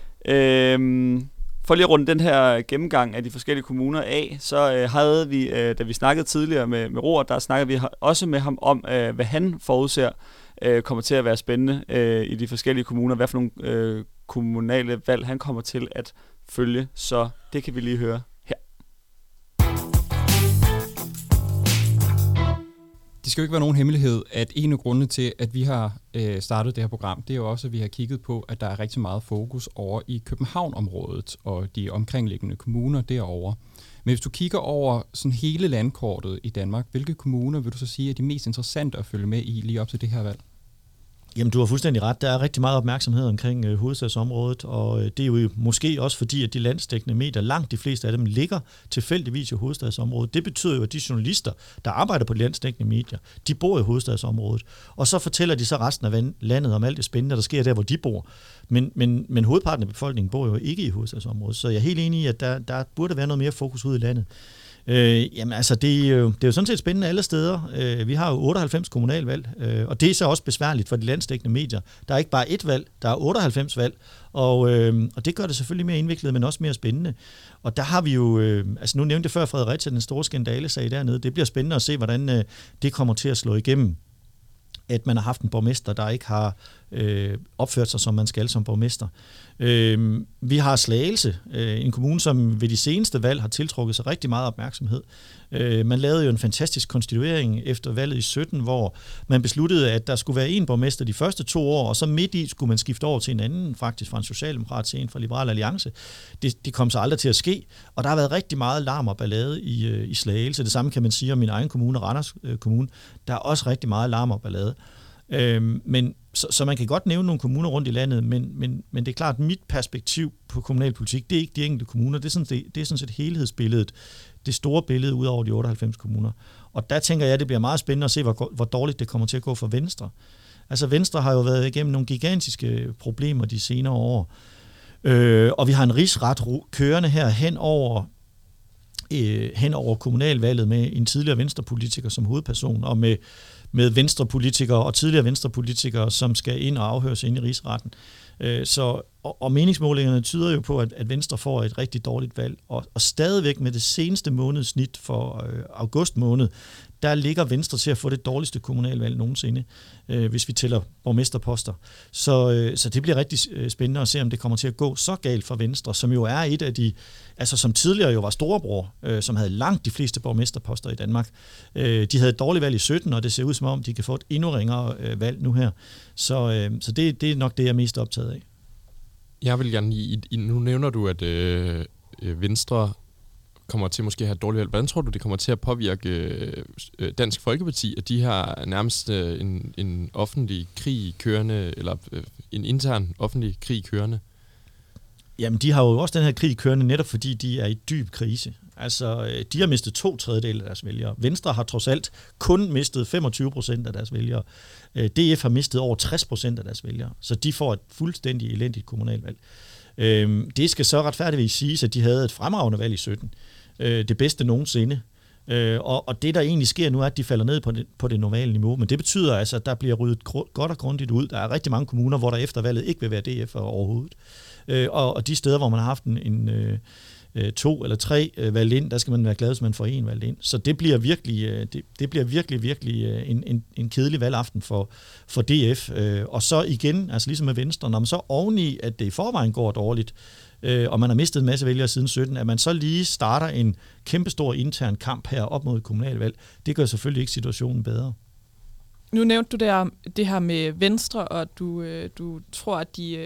For lige at runde den her gennemgang af de forskellige kommuner af, så havde vi, da vi snakkede tidligere med Roar, der snakkede vi også med ham om, hvad han forudser kommer til at være spændende i de forskellige kommuner, hvad for nogle kommunale valg han kommer til at følge, så det kan vi lige høre her. Det skal jo ikke være nogen hemmelighed, at en af grundene til, at vi har startet det her program, det er jo også, at vi har kigget på, at der er rigtig meget fokus over i København-området og de omkringliggende kommuner derovre. Men hvis du kigger over sådan hele landkortet i Danmark, hvilke kommuner vil du så sige er de mest interessante at følge med i lige op til det her valg? Jamen, du har fuldstændig ret. Der er rigtig meget opmærksomhed omkring hovedstadsområdet, og det er jo måske også fordi, at de landsdækkende medier, langt de fleste af dem, ligger tilfældigvis i hovedstadsområdet. Det betyder jo, at de journalister, der arbejder på de landsdækkende medier, de bor i hovedstadsområdet, og så fortæller de så resten af landet om alt det spændende, der sker der, hvor de bor. Men hovedparten af befolkningen bor jo ikke i hovedstadsområdet, så jeg er helt enig i, at der burde være noget mere fokus ude i landet. Jamen altså, det er jo sådan set spændende alle steder. Vi har jo 98 kommunalvalg, og det er så også besværligt for de landsdækkende medier. Der er ikke bare ét valg, der er 98 valg, og det gør det selvfølgelig mere indviklet, men også mere spændende. Og der har vi jo, altså nu nævnte jeg før Fredericia, den store skandalesag dernede. Det bliver spændende at se, hvordan det kommer til at slå igennem, at man har haft en borgmester, der ikke har opført sig, som man skal som borgmester. Vi har Slagelse, en kommune, som ved de seneste valg har tiltrukket sig rigtig meget opmærksomhed. Man lavede jo en fantastisk konstituering efter valget i 17, hvor man besluttede, at der skulle være en borgmester de første 2 år, og så midt i skulle man skifte over til en anden, faktisk fra en socialdemokrat til en fra Liberal Alliance. Det kom så aldrig til at ske, og der har været rigtig meget larm og ballade i Slagelse. Det samme kan man sige om min egen kommune, Randers Kommune. Der er også rigtig meget larm og ballade. Så man kan godt nævne nogle kommuner rundt i landet, men det er klart, at mit perspektiv på kommunalpolitik, det er ikke de enkelte kommuner, det er sådan set helhedsbilledet, det store billede ud over de 98 kommuner. Og der tænker jeg, at det bliver meget spændende at se, hvor dårligt det kommer til at gå for Venstre. Altså Venstre har jo været igennem nogle gigantiske problemer de senere år, og vi har en rigsret kørende her hen over kommunalvalget med en tidligere venstrepolitiker som hovedperson, og med venstrepolitikere og tidligere venstrepolitikere, som skal ind og afhøres ind i rigsretten. Og meningsmålingerne tyder jo på, at Venstre får et rigtig dårligt valg. Og stadigvæk med det seneste månedssnit for august måned, der ligger Venstre til at få det dårligste kommunalvalg nogensinde, hvis vi tæller borgmesterposter. Så det bliver rigtig spændende at se, om det kommer til at gå så galt for Venstre, som jo er et af de, altså som tidligere jo var storebror, som havde langt de fleste borgmesterposter i Danmark. De havde et dårligt valg i 17, og det ser ud som om, de kan få et endnu ringere valg nu her. Så det er nok det, jeg er mest optaget af. Jeg vil gerne nu nævner du, at Venstre kommer til måske at have et dårligt valg. Hvordan tror du, det kommer til at påvirke Dansk Folkeparti, at de har nærmest en offentlig krig kørende, eller en intern offentlig krig kørende? Jamen, de har jo også den her krig kørende, netop fordi de er i dyb krise. Altså, de har mistet 2/3 af deres vælgere. Venstre har trods alt kun mistet 25% af deres vælgere. DF har mistet over 60% af deres vælgere. Så de får et fuldstændig elendigt kommunalvalg. Det skal så retfærdigvis siges, at de havde et fremragende valg i 17. Det bedste nogensinde. Og det, der egentlig sker nu, er, at de falder ned på det normale niveau. Men det betyder altså, at der bliver ryddet godt og grundigt ud. Der er rigtig mange kommuner, hvor der efter valget ikke vil være DF overhovedet. Og de steder, hvor man har haft en 2 eller 3 valgt ind, der skal man være glad, hvis man får 1 valgt ind. Så det bliver virkelig en kedelig valgaften for DF. Og så igen, altså ligesom med Venstre, når man så oveni, at det i forvejen går dårligt, og man har mistet en masse vælgere siden 17, at man så lige starter en kæmpestor intern kamp her op mod et kommunalvalg, det gør selvfølgelig ikke situationen bedre. Nu nævnte du det her med Venstre, og du tror, at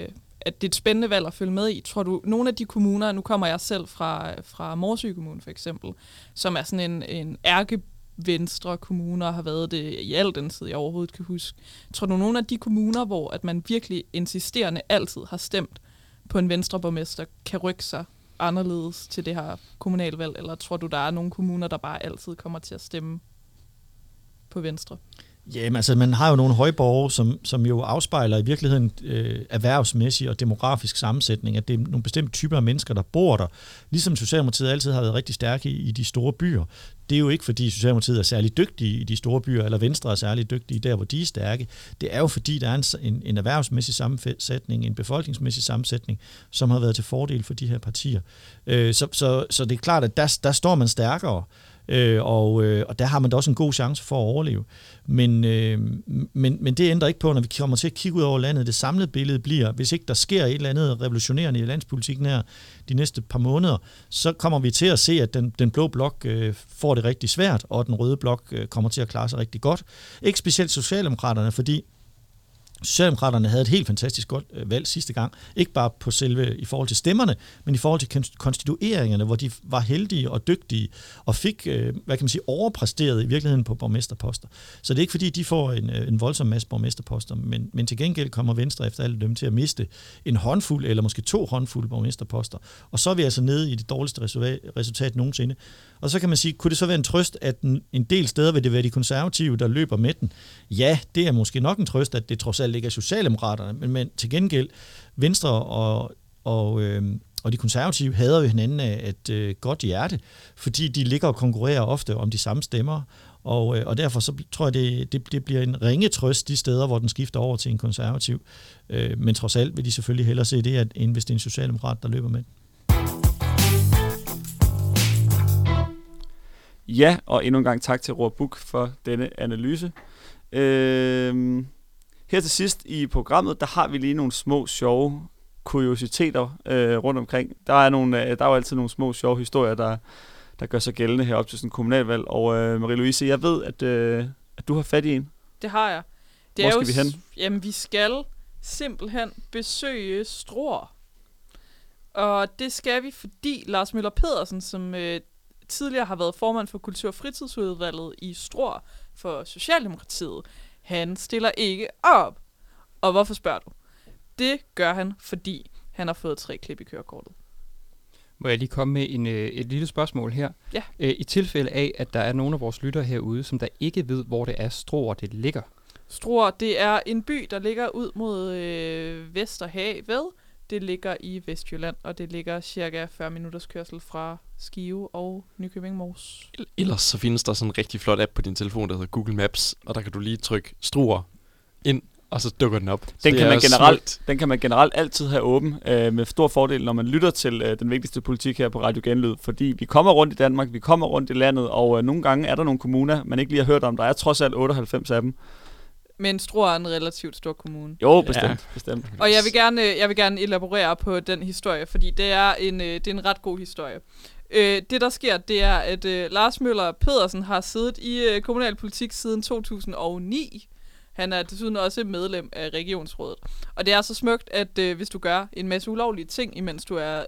at det er et spændende valg at følge med i. Tror du, nogle af de kommuner, nu kommer jeg selv fra Morsø Kommune for eksempel, som er sådan en ærkevenstre kommune og har været det i al den tid, jeg overhovedet kan huske. Tror du, nogle af de kommuner, hvor at man virkelig insisterende altid har stemt på en venstreborgmester, kan rykke sig anderledes til det her kommunalvalg, eller tror du, der er nogle kommuner, der bare altid kommer til at stemme på Venstre? Jamen altså, man har jo nogle højborge, som jo afspejler i virkeligheden erhvervsmæssig og demografisk sammensætning, at det er nogle bestemte typer af mennesker, der bor der. Ligesom Socialdemokratiet altid har været rigtig stærke i de store byer. Det er jo ikke, fordi Socialdemokratiet er særlig dygtige i de store byer, eller Venstre er særlig dygtige der, hvor de er stærke. Det er jo, fordi der er en erhvervsmæssig sammensætning, en befolkningsmæssig sammensætning, som har været til fordel for de her partier. Så det er klart, at der står man stærkere. Og der har man da også en god chance for at overleve. Men det ændrer ikke på, når vi kommer til at kigge ud over landet. Det samlede billede bliver, hvis ikke der sker et eller andet revolutionerende i landspolitikken her de næste par måneder, så kommer vi til at se, at den blå blok får det rigtig svært, og den røde blok kommer til at klare sig rigtig godt. Ikke specielt Socialdemokraterne, fordi Socialdemokraterne havde et helt fantastisk godt valg sidste gang. Ikke bare på selve i forhold til stemmerne, men i forhold til konstitueringerne, hvor de var heldige og dygtige og fik, overpræsteret i virkeligheden på borgmesterposter. Så det er ikke fordi, de får en voldsom masse borgmesterposter, men til gengæld kommer Venstre efter alle dem til at miste en håndfuld eller måske 2 håndfulde borgmesterposter. Og så er vi altså nede i det dårligste resultat nogensinde. Og så kan man sige, kunne det så være en trøst, at en del steder vil det være de konservative, der løber med den? Ja, det er måske nok en trøst, at det trods alt ikke er Socialdemokraterne, men til gengæld Venstre og de konservative hader jo hinanden af et godt hjerte, fordi de ligger og konkurrerer ofte om de samme stemmer, og derfor så tror jeg, det bliver en ringe trøst de steder, hvor den skifter over til en konservativ. Men trods alt vil de selvfølgelig hellere se det, end hvis det er en socialdemokrat, der løber med den. Ja, og endnu en gang tak til Roar Buch for denne analyse. Her til sidst i programmet, der har vi lige nogle små sjove kuriositeter rundt omkring. Der er jo altid nogle små sjove historier, der gør sig gældende her op til sådan en kommunalvalg. Og Marie-Louise, jeg ved, at du har fat i en. Det har jeg. Hvor skal vi hen? Jamen, vi skal simpelthen besøge Struer. Og det skal vi, fordi Lars Møller Pedersen, som tidligere har været formand for Kultur- og Fritidsudvalget i Struer for Socialdemokratiet, han stiller ikke op. Og hvorfor spørger du? Det gør han, fordi han har fået 3 klip i kørekortet. Må jeg lige komme med et lille spørgsmål her? Ja. I tilfælde af, at der er nogle af vores lyttere herude, som der ikke ved, hvor det er Struer, det ligger. Struer, det er en by, der ligger ud mod Vesterhavet. Det ligger i Vestjylland, og det ligger cirka 40 minutters kørsel fra Skive og Nykøbing Mors. Ellers så findes der sådan en rigtig flot app på din telefon, der hedder Google Maps, og der kan du lige trykke Struer ind, og så dukker den op. Den kan man generelt altid have åben med stor fordel, når man lytter til den vigtigste politik her på Radio Genlyd, fordi vi kommer rundt i Danmark, vi kommer rundt i landet, og nogle gange er der nogle kommuner, man ikke lige har hørt om. Der er trods alt 98 af dem. Men Struer er en relativt stor kommune. Jo, bestemt. Og jeg vil gerne elaborere på den historie, fordi det er en ret god historie. Det, der sker, det er, at Lars Møller Pedersen har siddet i kommunalpolitik siden 2009. Han er desuden også medlem af regionsrådet. Og det er så smukt, at hvis du gør en masse ulovlige ting, imens du er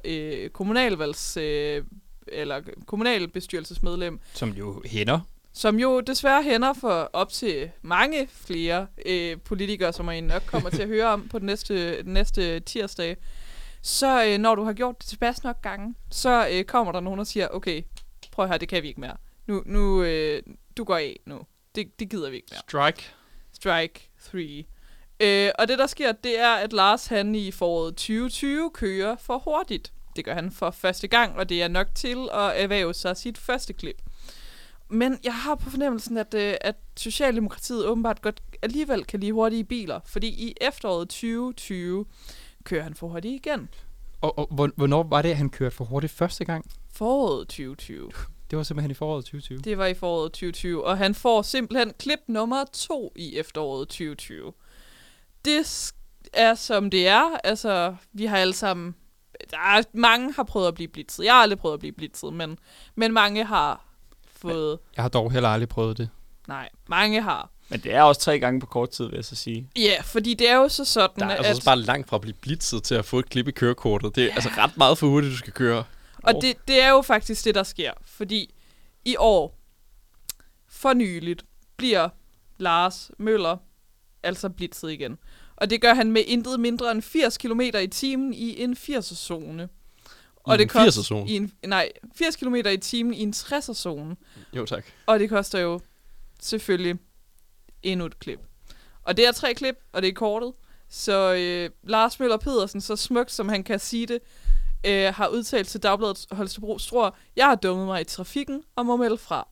eller kommunalbestyrelsesmedlem, som jo hænder. Som jo desværre hænder for op til mange flere politikere, som I nok kommer til at høre om på den næste tirsdag. Så når du har gjort det tilpas nok gange, så kommer der nogen og siger, okay, prøv at høre, det kan vi ikke mere. Nu du går af nu. Det gider vi ikke mere. Strike 3. Og det, der sker, det er, at Lars han i foråret 2020 kører for hurtigt. Det gør han for første gang, og det er nok til at erhverve sig sit første klip. Men jeg har på fornemmelsen, at Socialdemokratiet åbenbart godt alligevel kan lide hurtige biler, fordi i efteråret 2020 kører han for hurtigt igen. Og hvornår var det, at han kørte for hurtigt første gang? Foråret 2020. Det var simpelthen i foråret 2020? Det var i foråret 2020, og han får simpelthen klip nummer 2 i efteråret 2020. Det er, som det er. Altså, vi har alle sammen... mange har prøvet at blive blitzet. Jeg har aldrig prøvet at blive blitzet, men mange har fået... Jeg har dog heller aldrig prøvet det. Nej, mange har. Men det er også 3 gange på kort tid, vil jeg så sige. Ja, fordi det er jo så sådan, der er altså bare langt fra at blive blitzet til at få et klip i kørekortet. Det er altså ret meget for hurtigt, du skal køre. Og det er jo faktisk det, der sker. Fordi i år, for nyligt, bliver Lars Møller altså blitzet igen. Og det gør han med intet mindre end 80 km i timen i en 80'er-zone. Og det koster 80 km i timen i en 60'er-zone. Jo, tak. Og det koster jo selvfølgelig endnu et klip. Og det er 3 klip, og det er kortet. Så Lars Møller Pedersen, så smukt som han kan sige det, har udtalt til Dagbladet Holstebro Struer: jeg har dummet mig i trafikken og må melde fra.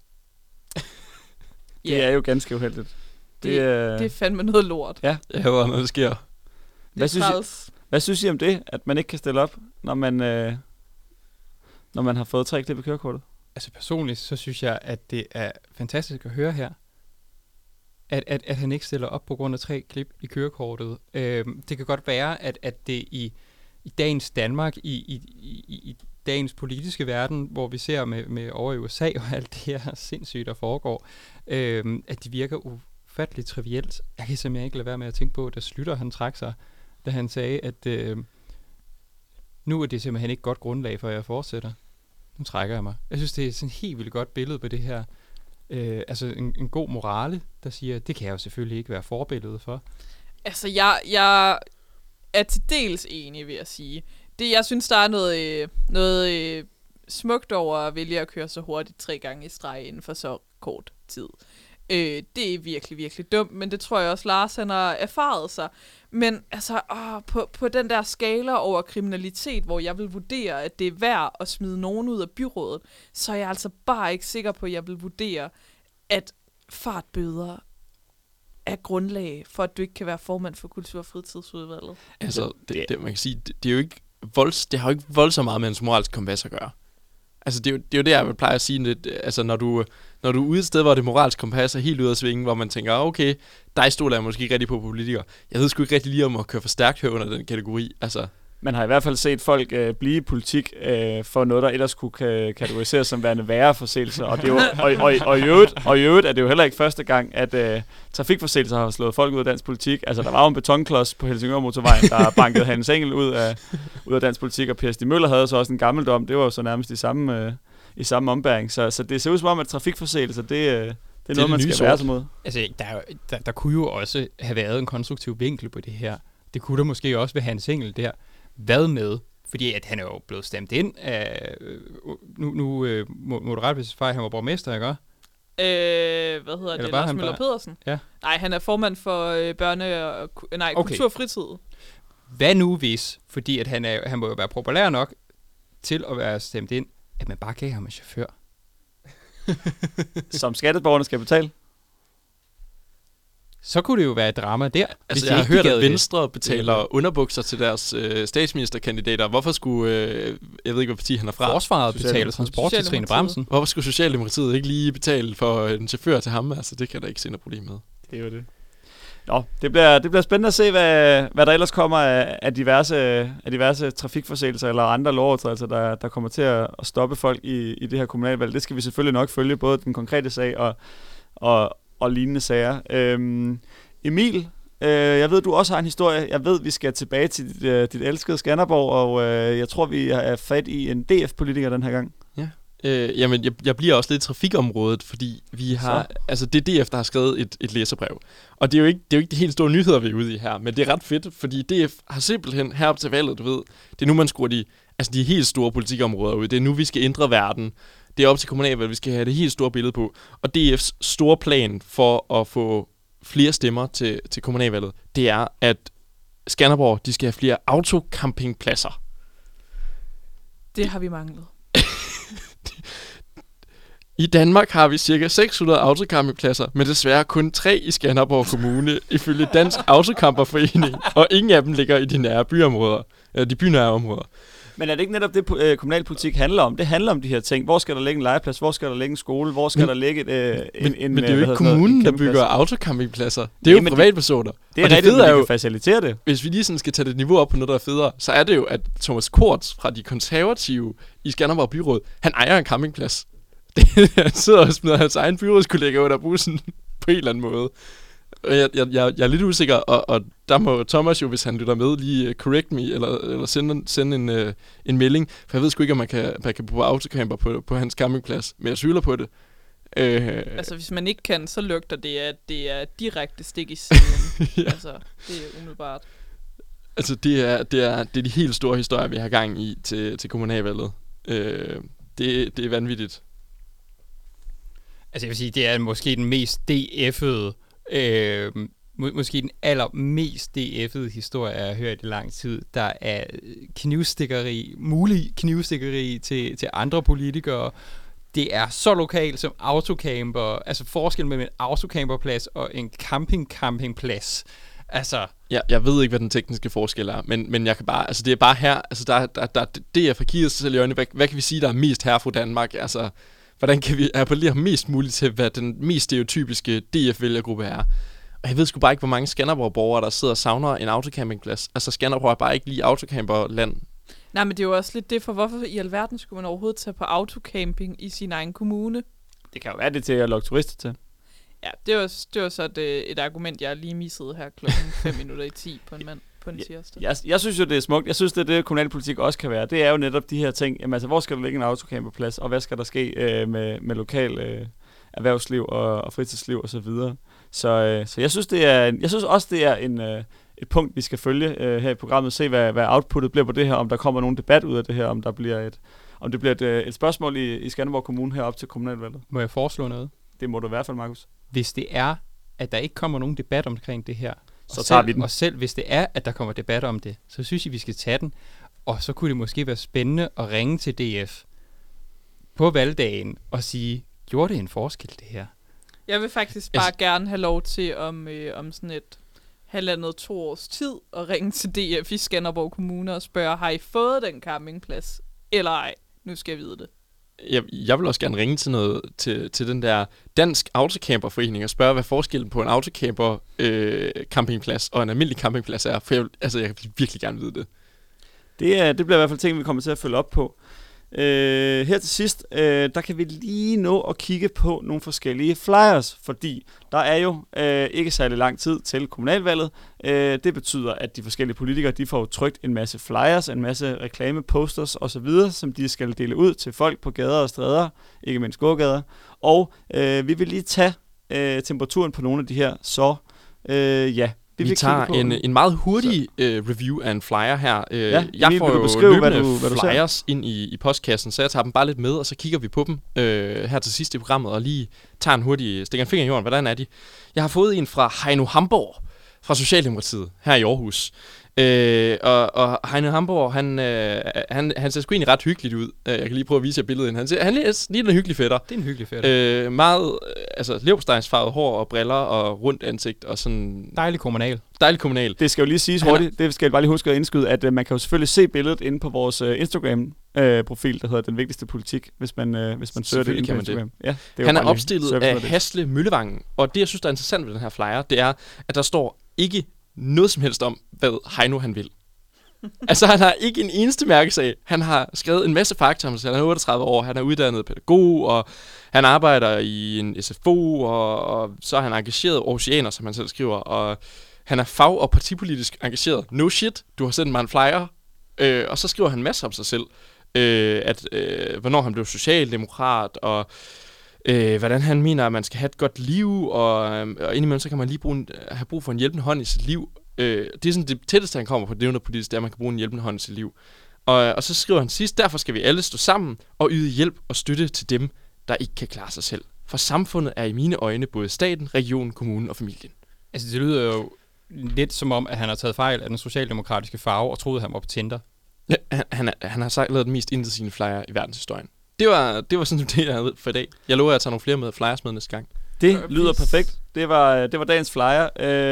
Det er jo ganske uheldigt. Det er fandme noget lort. Ja, jeg hører, når det sker. Hvad synes I om det, at man ikke kan stille op, når man har fået 3 klip i kørekortet? Altså personligt, så synes jeg, at det er fantastisk at høre her, at han ikke stiller op på grund af 3 klip i kørekortet. Det kan godt være, at det i dagens Danmark, i dagens politiske verden, hvor vi ser med over i USA og alt det her sindssygt, der foregår, at det virker ufatteligt trivielt. Jeg kan simpelthen ikke lade være med at tænke på, da Slytter han trak sig, da han sagde, at nu er det simpelthen ikke godt grundlag for, at jeg fortsætter. Nu trækker jeg mig. Jeg synes, det er sådan et helt vildt godt billede på det her. Altså en god morale, der siger, det kan jeg jo selvfølgelig ikke være forbillede for. Altså, jeg er til dels enig, vil jeg sige. Jeg synes, der er noget smukt over at vælge at køre så hurtigt 3 gange i streg inden for så kort tid. Det er virkelig, virkelig dumt, men det tror jeg også, Lars han har erfaret sig. Men altså, på den der skala over kriminalitet, hvor jeg vil vurdere, at det er værd at smide nogen ud af byrådet, så er jeg altså bare ikke sikker på, at jeg vil vurdere, at fartbøder er grundlag for, at du ikke kan være formand for Kultur- og Fritidsudvalget. Altså, det man kan sige, det er jo ikke det har jo ikke voldsomt meget med ens moralsk kompas at gøre. Altså, det er jo det, jeg vil pleje at sige lidt. Altså, når du er ude et sted, hvor det moralske kompas er helt ude af svingen, hvor man tænker, okay, dig stoler jeg måske ikke rigtig på politikere. Jeg ved sgu ikke rigtig lige om at køre for stærkt her under den kategori. Altså, man har i hvert fald set folk blive i politik for noget, der ellers kunne kategoriseres som værende værre forseelser. Og, det er jo, og i øvrigt er det jo heller ikke første gang, at trafikforseelser har slået folk ud af dansk politik. Altså, der var jo en betonklods på Helsingør Motorvejen, der bankede Hans Engel ud af dansk politik, og Per Stig Møller havde så også en gammel dom. Det var jo så nærmest i samme ombæring. Så det ser ud som om, at trafikforseelser, det er noget, man skal være sig mod. Altså, der kunne jo også have været en konstruktiv vinkel på det her. Det kunne der måske også ved Hans Engel der. Hvad med? Fordi at han er jo blevet stemt ind af Moderat, hvis han var borgmester, ikke også? Hvad hedder det? Lars Møller Pedersen? Ja. Nej, han er formand for Kultur- og Fritid. Hvad nu hvis, fordi at han må jo være populær nok til at være stemt ind, at man bare gav ham en chauffør? Som skatteborgerne skal betale? Så kunne det jo være et drama der. Altså, jeg har hørt, at Venstre betaler underbukser til deres statsministerkandidater. Hvorfor skulle, jeg ved ikke, hvad parti han er fra. Forsvaret betaler transport til Trine Bramsen. Hvorfor skulle Socialdemokratiet ikke lige betale for en chauffør til ham? Altså, det kan der ikke se noget problem med. Det er jo det. Nå, det bliver spændende at se, hvad der ellers kommer af diverse trafikforseelser eller andre lovovertrædelser, der kommer til at stoppe folk i det her kommunalvalg. Det skal vi selvfølgelig nok følge, både den konkrete sag og lignende sager. Emil, jeg ved, du også har en historie. Jeg ved, vi skal tilbage til dit elskede Skanderborg, og jeg tror, vi er fat i en DF-politiker den her gang. Ja. Jamen, jeg bliver også lidt i trafikområdet, fordi vi har, altså det er DF, der har skrevet et læserbrev. Og det er jo ikke de helt store nyheder, vi er ude i her, men det er ret fedt, fordi DF har simpelthen herop til valget, du ved, det er nu, man skruer de helt store politikområder ud. Det er nu, vi skal ændre verden. Det er op til kommunalvalget, vi skal have det helt store billede på. Og DF's store plan for at få flere stemmer til kommunalvalget, det er, at Skanderborg, de skal have flere autocampingpladser. Det har vi manglet. I Danmark har vi ca. 600 autocampingpladser, men desværre kun 3 i Skanderborg Kommune, ifølge Dansk Autocamperforening, og ingen af dem ligger i de nære byområder, de bynære områder. Men er det ikke netop det, kommunalpolitik handler om? Det handler om de her ting. Hvor skal der ligge en legeplads? Hvor skal der ligge en skole? Hvor skal der ligge Men det er jo ikke kommunen, der bygger autocampingpladser. Det er jo privatpersoner. Det er rigtigt, at de kan facilitere det. Hvis vi lige sådan skal tage det niveau op på noget, der er federe, så er det jo, at Thomas Kortz fra de konservative i Skanderborg Byråd, han ejer en campingplads. Han sidder og smider hans egen byrådskollega under bussen. på en eller anden måde. Jeg er lidt usikker, og der må Thomas jo, hvis han lytter med, lige correct me, eller sende en melding, for jeg ved sgu ikke, om man kan bruge autocamper på hans campingplads, men jeg tvivler på det. Altså, hvis man ikke kan, så lugter det, at det er direkte stik i siden. Ja. Altså, det er umiddelbart. Altså, det er de helt store historier, vi har gang i til kommunalvalget. Det er vanvittigt. Altså, jeg vil sige, det er måske den mest DF'ede, måske den allermest DF'ede historie, jeg har hørt i lang tid. Der er mulig knivstikkeri til andre politikere. Det er så lokalt som autocamper, altså forskel mellem en autocamperplads og en campingplads. Altså, jeg ved ikke, hvad den tekniske forskel er, men jeg kan bare, altså det er bare her, altså det er for kigget sig selv i øjnene, hvad kan vi sige, der er mest her fra Danmark, altså hvordan kan vi appellere mest muligt til, hvad den mest stereotypiske DF-vælgergruppe er. Og jeg ved sgu bare ikke, hvor mange Skanderborg-borgere, der sidder og savner en autocampingplads. Altså Skanderborg er bare ikke lige autocamperland. Nej, men det er jo også lidt det, for hvorfor i alverden skulle man overhovedet tage på autocamping i sin egen kommune? Det kan jo være det til at lokke turister til. Ja, det var så et argument, jeg lige missede her klokken 5:10 på en tirsdag. Jeg synes jo, det er smukt. Jeg synes, det er det, kommunalpolitik også kan være. Det er jo netop de her ting. Jamen, altså, hvor skal der ligge en autocamperplads, og hvad skal der ske med lokal erhvervsliv og fritidsliv og så videre. Så jeg synes, det er et punkt, vi skal følge her i programmet. Se, hvad outputtet bliver på det her, om der kommer nogen debat ud af det her, om det bliver et spørgsmål i Skanderborg Kommune herop til kommunalvalget. Må jeg foreslå noget? Det må du i hvert fald, Markus. Hvis det er, at der ikke kommer nogen debat omkring det her, så tager vi den. Og selv hvis det er, at der kommer debat om det, så synes jeg, vi skal tage den. Og så kunne det måske være spændende at ringe til DF på valgdagen og sige, gjorde det en forskel, det her? Jeg vil faktisk bare gerne have lov til om sådan et 1,5-2 års tid at ringe til DF i Skanderborg Kommune og spørge, har I fået den campingplads? Eller ej? Nu skal jeg vide det. Jeg vil også gerne ringe til den der Dansk Autocamperforening og spørge, hvad forskellen på en autocamper campingplads og en almindelig campingplads er. For jeg vil virkelig gerne vide det. Det bliver i hvert fald ting, vi kommer til at følge op på. Her til sidst, der kan vi lige nå at kigge på nogle forskellige flyers, fordi der er jo ikke særlig lang tid til kommunalvalget. Det betyder, at de forskellige politikere, de får trykt en masse flyers, en masse reklameposters osv., som de skal dele ud til folk på gader og stræder, ikke mindst gågader. Og vi vil lige tage temperaturen på nogle af de her, så vi tager en meget hurtig review af en flyer her. Jeg får jo løbende flyers ind i postkassen, så jeg tager dem bare lidt med, og så kigger vi på dem her til sidst i programmet, og lige tager stikker en finger i jorden. Hvordan er de? Jeg har fået en fra Heino Hamborg fra Socialdemokratiet her i Aarhus. Og Heino Hamborg, han ser sgu egentlig ret hyggeligt ud. Jeg kan lige prøve at vise jer billedet. Han ligner en hyggelig fætter. Det er en hyggelig fætter. Meget leverpostejsfarvet hår og briller og rundt ansigt og sådan. Dejlig kommunal. Det skal jo lige siges hurtigt. Det skal jeg bare lige huske at indskyde, at man kan jo selvfølgelig se billedet inde på vores Instagram-profil, der hedder Den Vigtigste Politik, hvis man søger det inde på Instagram. Ja, han er opstillet af Hasle Møllevangen, og det, jeg synes, der er interessant ved den her flyer, det er, at der står ikke noget som helst om, hvad Heino han vil. Altså, han har ikke en eneste mærkesag. Han har skrevet en masse fakta om sig. Han er 38 år, han er uddannet pædagog, og han arbejder i en SFO, og så er han engageret oceaner, som han selv skriver, og han er fag- og partipolitisk engageret. No shit, du har sendt mig en flyer. Og så skriver han masser om sig selv. Hvornår han blev socialdemokrat, og hvordan han mener, at man skal have et godt liv, og indimellem så kan man lige have brug for en hjælpende hånd i sit liv. Det er sådan det tætteste, han kommer på det politisk, det er, at man kan bruge en hjælpende hånd i sit liv. Og så skriver han sidst, derfor skal vi alle stå sammen og yde hjælp og støtte til dem, der ikke kan klare sig selv. For samfundet er i mine øjne både staten, regionen, kommunen og familien. Altså det lyder jo lidt som om, at han har taget fejl af den socialdemokratiske farve og troede, han var på Tinder. Ja, han har sagt lavet den mest intetsigende flyer i verdenshistorien. Det var sådan det, jeg havde for i dag. Jeg lover, at jeg tager nogle flere flyers med næste gang. Det lyder perfekt. Det var dagens flyer.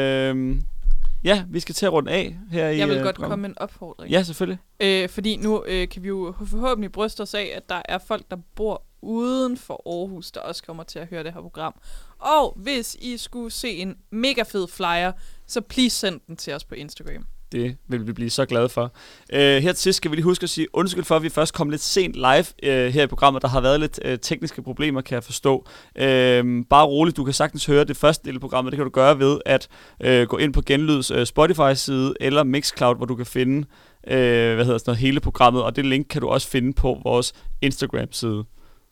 Ja, vi skal til at runde af her i Jeg vil godt komme med en opfordring. Ja, selvfølgelig. Fordi nu kan vi jo forhåbentlig bryste os af, at der er folk, der bor uden for Aarhus, der også kommer til at høre det her program. Og hvis I skulle se en mega fed flyer, så please send den til os på Instagram. Det vil vi blive så glade for. Her til sidst skal vi lige huske at sige undskyld for, at vi først kom lidt sent live her i programmet. Der har været lidt tekniske problemer, kan jeg forstå. Bare roligt, du kan sagtens høre det første del af programmet. Det kan du gøre ved at gå ind på Genlyds Spotify-side eller Mixcloud, hvor du kan finde hele programmet. Og det link kan du også finde på vores Instagram-side.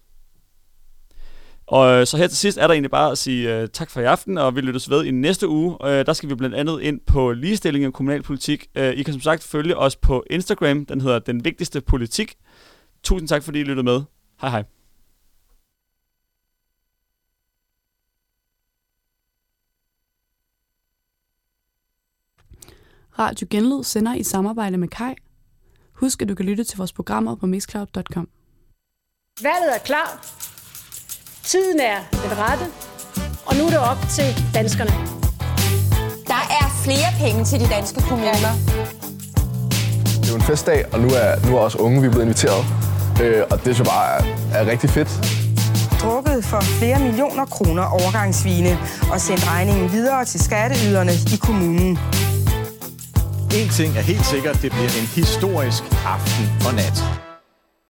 Og så her til sidst er der egentlig bare at sige tak for i aften, og vi lyttes ved i næste uge. Der skal vi blandt andet ind på ligestilling og kommunalpolitik. I kan som sagt følge os på Instagram, den hedder Den Vigtigste Politik. Tusind tak, fordi I lyttede med. Hej hej. Radio Genlyd sender i samarbejde med Kai. Husk, at du kan lytte til vores programmer på mixcloud.com. Valget er klar. Tiden er den rette. Og nu er det op til danskerne. Der er flere penge til de danske kommuner. Det er jo en festdag, og nu er også unge, vi er blevet inviteret. Og det synes jeg bare er rigtig fedt. Drukket for flere millioner kroner overgangsvine og sendt regningen videre til skatteyderne i kommunen. En ting er helt sikkert, det bliver en historisk aften og nat.